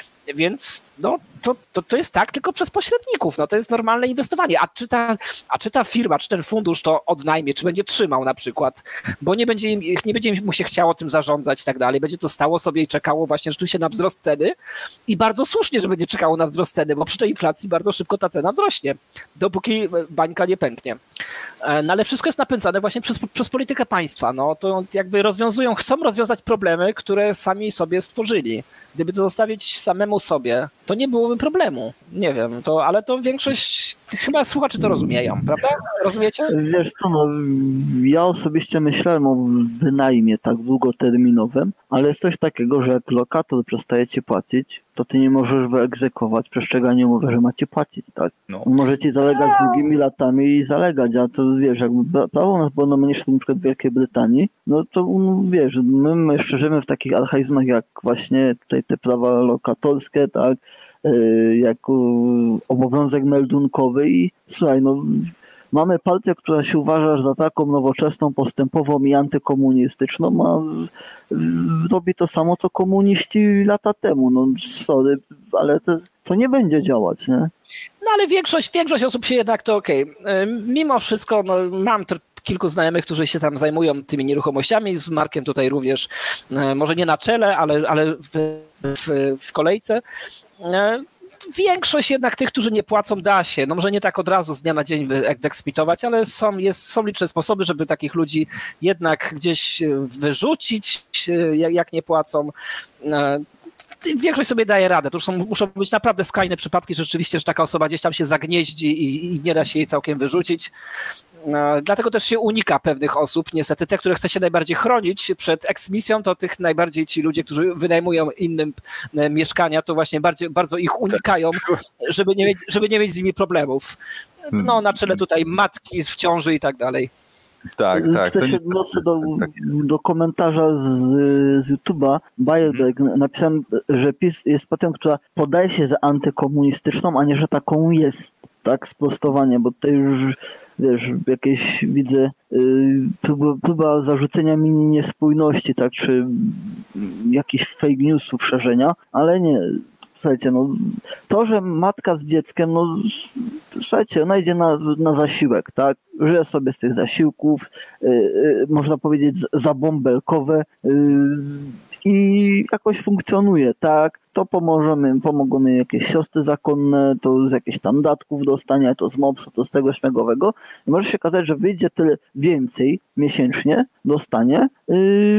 Więc no, to, to, to jest tak, tylko przez pośredników. No, to jest normalne inwestowanie. A czy, ta, a czy ta firma, czy ten fundusz to odnajmie, czy będzie trzymał na przykład, bo nie będzie, im, nie będzie mu się chciało tym zarządzać i tak dalej. Będzie to stało sobie i czekało właśnie rzeczywiście na wzrost ceny i bardzo słusznie, że będzie czekało na wzrost ceny, bo przy tej inflacji bardzo szybko ta cena wzrośnie, dopóki bańka nie pęknie. No ale wszystko jest napędzane właśnie przez, przez politykę państwa. No, to jakby rozwiązują, chcą rozwiązać problemy, które sami sobie stworzyli. Gdyby to zostawić samemu sobie, to nie byłoby problemu. Nie wiem, to, ale to większość chyba słuchaczy to rozumieją, prawda? Rozumiecie? Wiesz co, no, ja osobiście myślałem o wynajmie tak długoterminowym, ale jest coś takiego, że jak lokator przestaje ci płacić, to ty nie możesz wyegzekwować przestrzegania umowy, że macie płacić, tak? No. On może ci zalegać długimi latami i zalegać, a to wiesz, jakby prawo u nas było no mniejsze na przykład w Wielkiej Brytanii, no to no, wiesz, my, my jeszcze żyjemy w takich archaizmach jak właśnie tutaj te prawa lokatorskie, tak? Yy, jak yy, obowiązek meldunkowy i słuchaj, no mamy partię, która się uważa za taką nowoczesną, postępową i antykomunistyczną, a robi to samo, co komuniści lata temu. No sorry, ale to, to nie będzie działać, nie? No ale większość, większość osób się jednak to okej. Okay. Mimo wszystko no, mam kilku znajomych, którzy się tam zajmują tymi nieruchomościami, z Markiem tutaj również, może nie na czele, ale, ale w, w, w kolejce. większość jednak tych, którzy nie płacą, da się. No może nie tak od razu z dnia na dzień wyeksmitować, ale są, jest, są liczne sposoby, żeby takich ludzi jednak gdzieś wyrzucić, jak, jak nie płacą. Większość sobie daje radę. To już są, muszą być naprawdę skrajne przypadki rzeczywiście, że taka osoba gdzieś tam się zagnieździ i, i nie da się jej całkiem wyrzucić. Dlatego też się unika pewnych osób. Niestety te, które chce się najbardziej chronić przed eksmisją, to tych najbardziej ci ludzie, którzy wynajmują innym mieszkania, to właśnie bardziej, bardzo ich unikają, żeby nie mieć, żeby nie mieć z nimi problemów. No na czele tutaj matki w ciąży i tak dalej. Tak, tak. Też się odnoszę do, do komentarza z, z YouTube'a. Bajelberg napisałem, że PiS jest partią, która podaje się za antykomunistyczną, a nie, że taką jest. Tak, sprostowanie, bo tutaj już wiesz, jakieś widzę yy, próba, próba zarzucenia mi niespójności, tak, czy jakichś fake newsów szerzenia, ale nie. Słuchajcie, no to, że matka z dzieckiem, no słuchajcie, ona idzie na, na zasiłek, tak? Żyje sobie z tych zasiłków, yy, yy, można powiedzieć zabąbelkowe yy, i jakoś funkcjonuje, tak? To pomożemy, pomogą mi jakieś siostry zakonne, to z jakichś tam datków dostania, to z mopsu, to z tego śmiegowego. I może się okazać, że wyjdzie tyle więcej miesięcznie dostanie yy,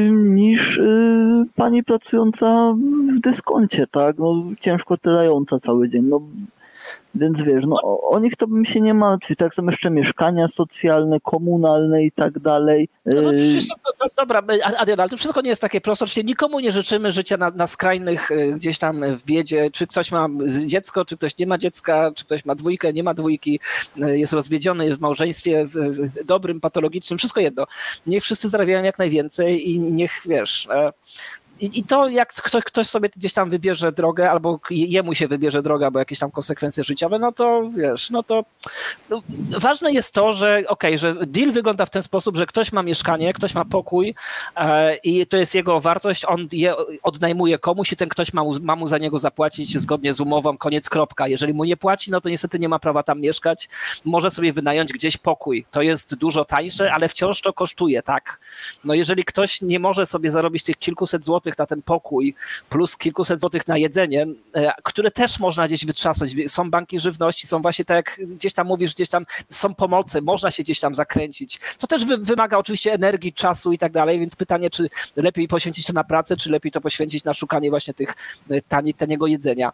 niż yy, pani pracująca w dyskoncie, tak? No, ciężko tyrająca cały dzień. No, więc wiesz, no o nich to bym się nie martwił. Tak są jeszcze mieszkania socjalne, komunalne i tak dalej. No to wszystko, to, dobra, Adrian, ale to wszystko nie jest takie proste. Oczywiście nikomu nie życzymy życia na, na skrajnych gdzieś tam w biedzie. Czy ktoś ma dziecko, czy ktoś nie ma dziecka, czy ktoś ma dwójkę, nie ma dwójki, jest rozwiedziony, jest w małżeństwie w dobrym, patologicznym, wszystko jedno. Niech wszyscy zarabiają jak najwięcej i niech, wiesz... I, I to, jak ktoś, ktoś sobie gdzieś tam wybierze drogę, albo jemu się wybierze droga, bo jakieś tam konsekwencje życiowe, no to wiesz, no to no, ważne jest to, że okej, okay, że deal wygląda w ten sposób, że ktoś ma mieszkanie, ktoś ma pokój e, i to jest jego wartość, on je odnajmuje komuś i ten ktoś ma mu, ma mu za niego zapłacić zgodnie z umową, koniec, kropka. Jeżeli mu nie płaci, no to niestety nie ma prawa tam mieszkać, może sobie wynająć gdzieś pokój. To jest dużo tańsze, ale wciąż to kosztuje, tak? No jeżeli ktoś nie może sobie zarobić tych kilkuset złotych na ten pokój, plus kilkuset złotych na jedzenie, które też można gdzieś wytrzasnąć. Są banki żywności, są właśnie tak jak gdzieś tam mówisz, gdzieś tam są pomocy, można się gdzieś tam zakręcić. To też wy, wymaga oczywiście energii, czasu i tak dalej, więc pytanie, czy lepiej poświęcić to na pracę, czy lepiej to poświęcić na szukanie właśnie tych tani, taniego jedzenia.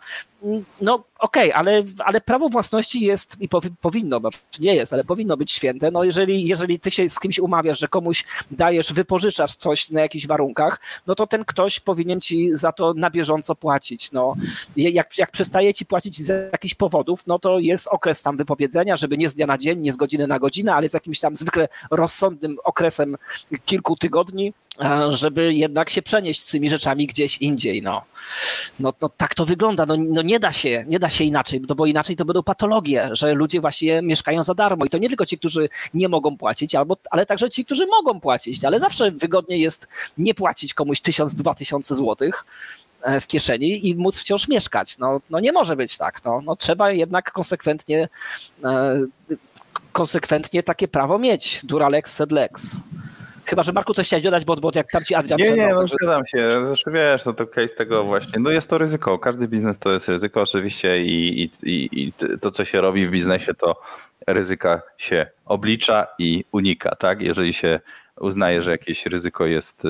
No okej, okay, ale, ale prawo własności jest i powi, powinno, czy nie jest, ale powinno być święte. No jeżeli, jeżeli ty się z kimś umawiasz, że komuś dajesz, wypożyczasz coś na jakichś warunkach, no to ten ktoś powinien ci za to na bieżąco płacić. No, jak, jak przestaje ci płacić z jakichś powodów, no to jest okres tam wypowiedzenia, żeby nie z dnia na dzień, nie z godziny na godzinę, ale z jakimś tam zwykle rozsądnym okresem kilku tygodni, żeby jednak się przenieść z tymi rzeczami gdzieś indziej. No, no, no tak to wygląda. No, no nie da się, nie da się inaczej, no bo inaczej to będą patologie, że ludzie właśnie mieszkają za darmo i to nie tylko ci, którzy nie mogą płacić, albo, ale także ci, którzy mogą płacić, ale zawsze wygodniej jest nie płacić komuś tysiąc, dwa tysiące złotych w kieszeni i móc wciąż mieszkać. No, no nie może być tak. No, no trzeba jednak konsekwentnie e, konsekwentnie takie prawo mieć. Dura lex sed lex. Chyba, że Marku coś chciałeś dodać, bo, bo jak tam ci Adrian Nie, przerwał, nie, no także... zgadzam się. Zresztą wiesz, no to case tego właśnie. No jest to ryzyko. Każdy biznes to jest ryzyko oczywiście i, i, i to, co się robi w biznesie, to ryzyka się oblicza i unika, tak? Jeżeli się uznaje, że jakieś ryzyko jest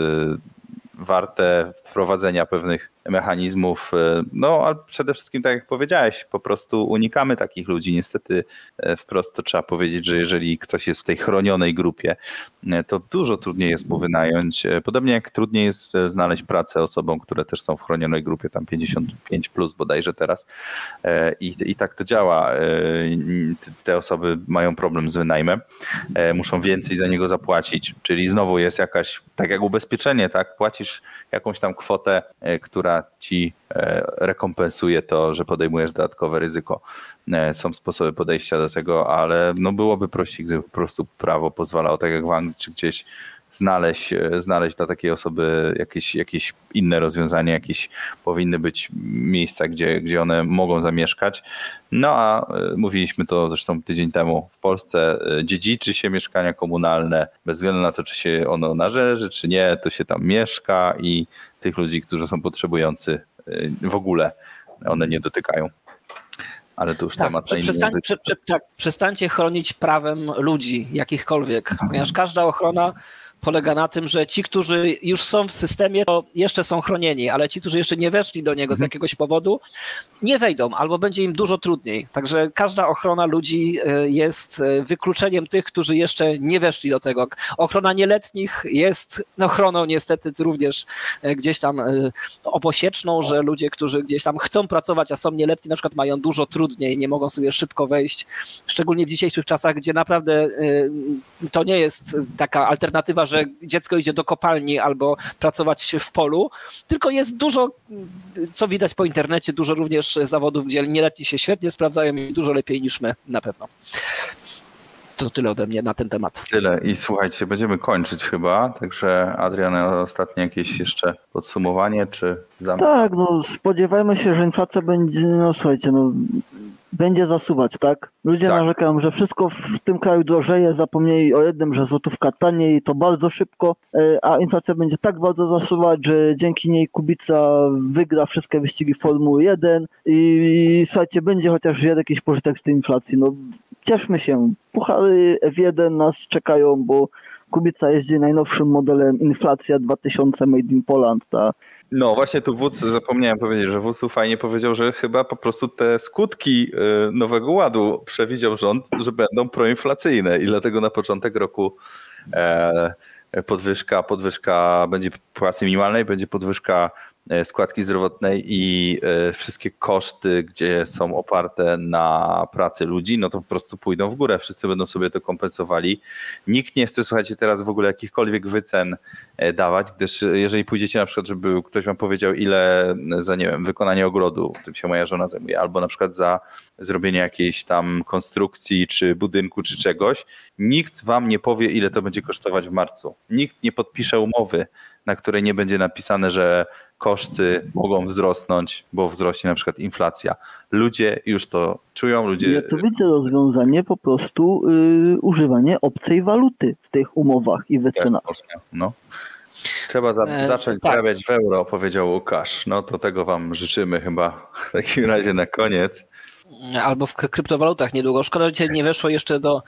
warte wprowadzenia pewnych mechanizmów, no ale przede wszystkim, tak jak powiedziałeś, po prostu unikamy takich ludzi. Niestety wprost to trzeba powiedzieć, że jeżeli ktoś jest w tej chronionej grupie, to dużo trudniej jest mu wynająć. Podobnie jak trudniej jest znaleźć pracę osobom, które też są w chronionej grupie, tam pięćdziesiąt pięć plus bodajże teraz. I, i tak to działa. Te osoby mają problem z wynajmem, muszą więcej za niego zapłacić, czyli znowu jest jakaś, tak jak ubezpieczenie, tak? Płacisz jakąś tam kwotę, która ci rekompensuje to, że podejmujesz dodatkowe ryzyko. Są sposoby podejścia do tego, ale no byłoby prościej, gdyby po prostu prawo pozwalało, tak jak w Anglii czy gdzieś, znaleźć, znaleźć dla takiej osoby jakieś, jakieś inne rozwiązanie, jakieś powinny być miejsca, gdzie, gdzie one mogą zamieszkać. No a mówiliśmy to zresztą tydzień temu, w Polsce dziedziczy się mieszkania komunalne, bez względu na to, czy się ono należy, czy nie, to się tam mieszka i tych ludzi, którzy są potrzebujący, w ogóle one nie dotykają. ale to już Tak, temat prze, na przestań, inny. prze, prze, tak, przestańcie chronić prawem ludzi, jakichkolwiek, ponieważ każda ochrona polega na tym, że ci, którzy już są w systemie, to jeszcze są chronieni, ale ci, którzy jeszcze nie weszli do niego z jakiegoś powodu, nie wejdą, albo będzie im dużo trudniej. Także każda ochrona ludzi jest wykluczeniem tych, którzy jeszcze nie weszli do tego. Ochrona nieletnich jest ochroną niestety również gdzieś tam obosieczną, że ludzie, którzy gdzieś tam chcą pracować, a są nieletni, na przykład mają dużo trudniej, nie mogą sobie szybko wejść, szczególnie w dzisiejszych czasach, gdzie naprawdę to nie jest taka alternatywa, że dziecko idzie do kopalni albo pracować w polu, tylko jest dużo, co widać po internecie, dużo również zawodów, gdzie nieletni się świetnie sprawdzają i dużo lepiej niż my, na pewno. To tyle ode mnie na ten temat. Tyle i słuchajcie, będziemy kończyć chyba, także Adrian, ostatnie jakieś jeszcze podsumowanie, czy zamysł? Tak, no spodziewajmy się, że inflacja będzie, no słuchajcie, no będzie zasuwać, tak? Ludzie Tak. narzekają, że wszystko w tym kraju drożeje, zapomnieli o jednym, że złotówka taniej i to bardzo szybko, a inflacja będzie tak bardzo zasuwać, że dzięki niej Kubica wygra wszystkie wyścigi Formuły jeden i, i słuchajcie, będzie chociaż jakiś pożytek z tej inflacji. No cieszmy się, puchary F jeden nas czekają, bo Kubica jeździ najnowszym modelem Inflacja dwa tysiące Made in Poland, ta. No właśnie tu Wódz, zapomniałem powiedzieć, że Wódz tu fajnie powiedział, że chyba po prostu te skutki Nowego Ładu przewidział rząd, że będą proinflacyjne i dlatego na początek roku podwyżka, podwyżka będzie płacy minimalnej, będzie podwyżka składki zdrowotnej i wszystkie koszty, gdzie są oparte na pracy ludzi, no to po prostu pójdą w górę. Wszyscy będą sobie to kompensowali. Nikt nie chce, słuchajcie, teraz w ogóle jakichkolwiek wycen dawać, gdyż jeżeli pójdziecie na przykład, żeby ktoś wam powiedział, ile za, nie wiem, wykonanie ogrodu, tym się moja żona zajmuje, albo na przykład za zrobienie jakiejś tam konstrukcji, czy budynku, czy czegoś, nikt wam nie powie, ile to będzie kosztować w marcu. Nikt nie podpisze umowy, na której nie będzie napisane, że koszty mogą wzrosnąć, bo wzrośnie na przykład inflacja. Ludzie już to czują, ludzie... Ja tu widzę rozwiązanie, po prostu yy, używanie obcej waluty w tych umowach i wycenach. No. Trzeba za, e, zacząć tak. zarabiać w euro, powiedział Łukasz. No to tego wam życzymy chyba w takim razie na koniec. Albo w kryptowalutach niedługo. Szkoda, że dzisiaj nie weszło jeszcze do...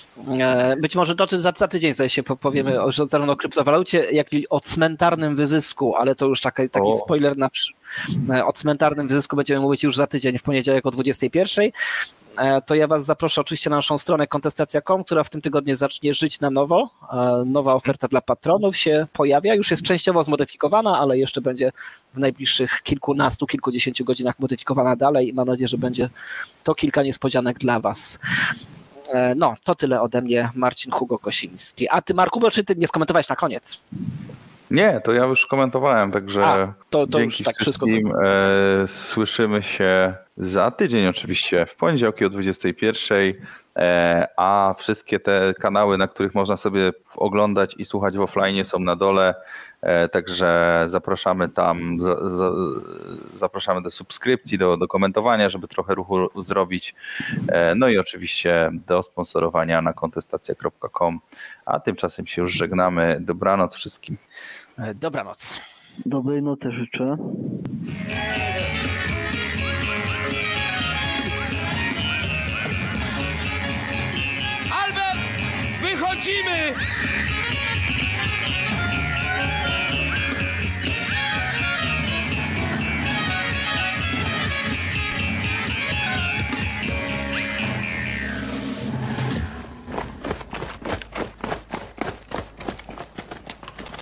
Być może to za, za tydzień sobie się powiemy o, zarówno o kryptowalucie, jak i o cmentarnym wyzysku, ale to już taki, taki O. spoiler na przy... O cmentarnym wyzysku będziemy mówić już za tydzień, w poniedziałek o dwudziestej pierwszej. To ja was zaproszę oczywiście na naszą stronę kontestacja kropka com, która w tym tygodniu zacznie żyć na nowo. Nowa oferta dla patronów się pojawia. Już jest częściowo zmodyfikowana, ale jeszcze będzie w najbliższych kilkunastu, kilkudziesięciu godzinach modyfikowana dalej i mam nadzieję, że będzie to kilka niespodzianek dla was. No, to tyle ode mnie, Marcin Hugo Kosiński. A ty, Marku, bo czy ty nie skomentowałeś na koniec? Nie, to ja już komentowałem, także A, to, to już dzięki tak wszystko. wszystkim. E, słyszymy się za tydzień oczywiście, w poniedziałki o dwudziestej pierwszej, e, a wszystkie te kanały, na których można sobie oglądać i słuchać w offline, są na dole, e, także zapraszamy tam, za, za, zapraszamy do subskrypcji, do, do komentowania, żeby trochę ruchu zrobić, e, no i oczywiście do sponsorowania na kontestacja kropka com, a tymczasem się już żegnamy. Dobranoc wszystkim. Dobranoc. Dobrej nocy życzę. Albert, wychodzimy!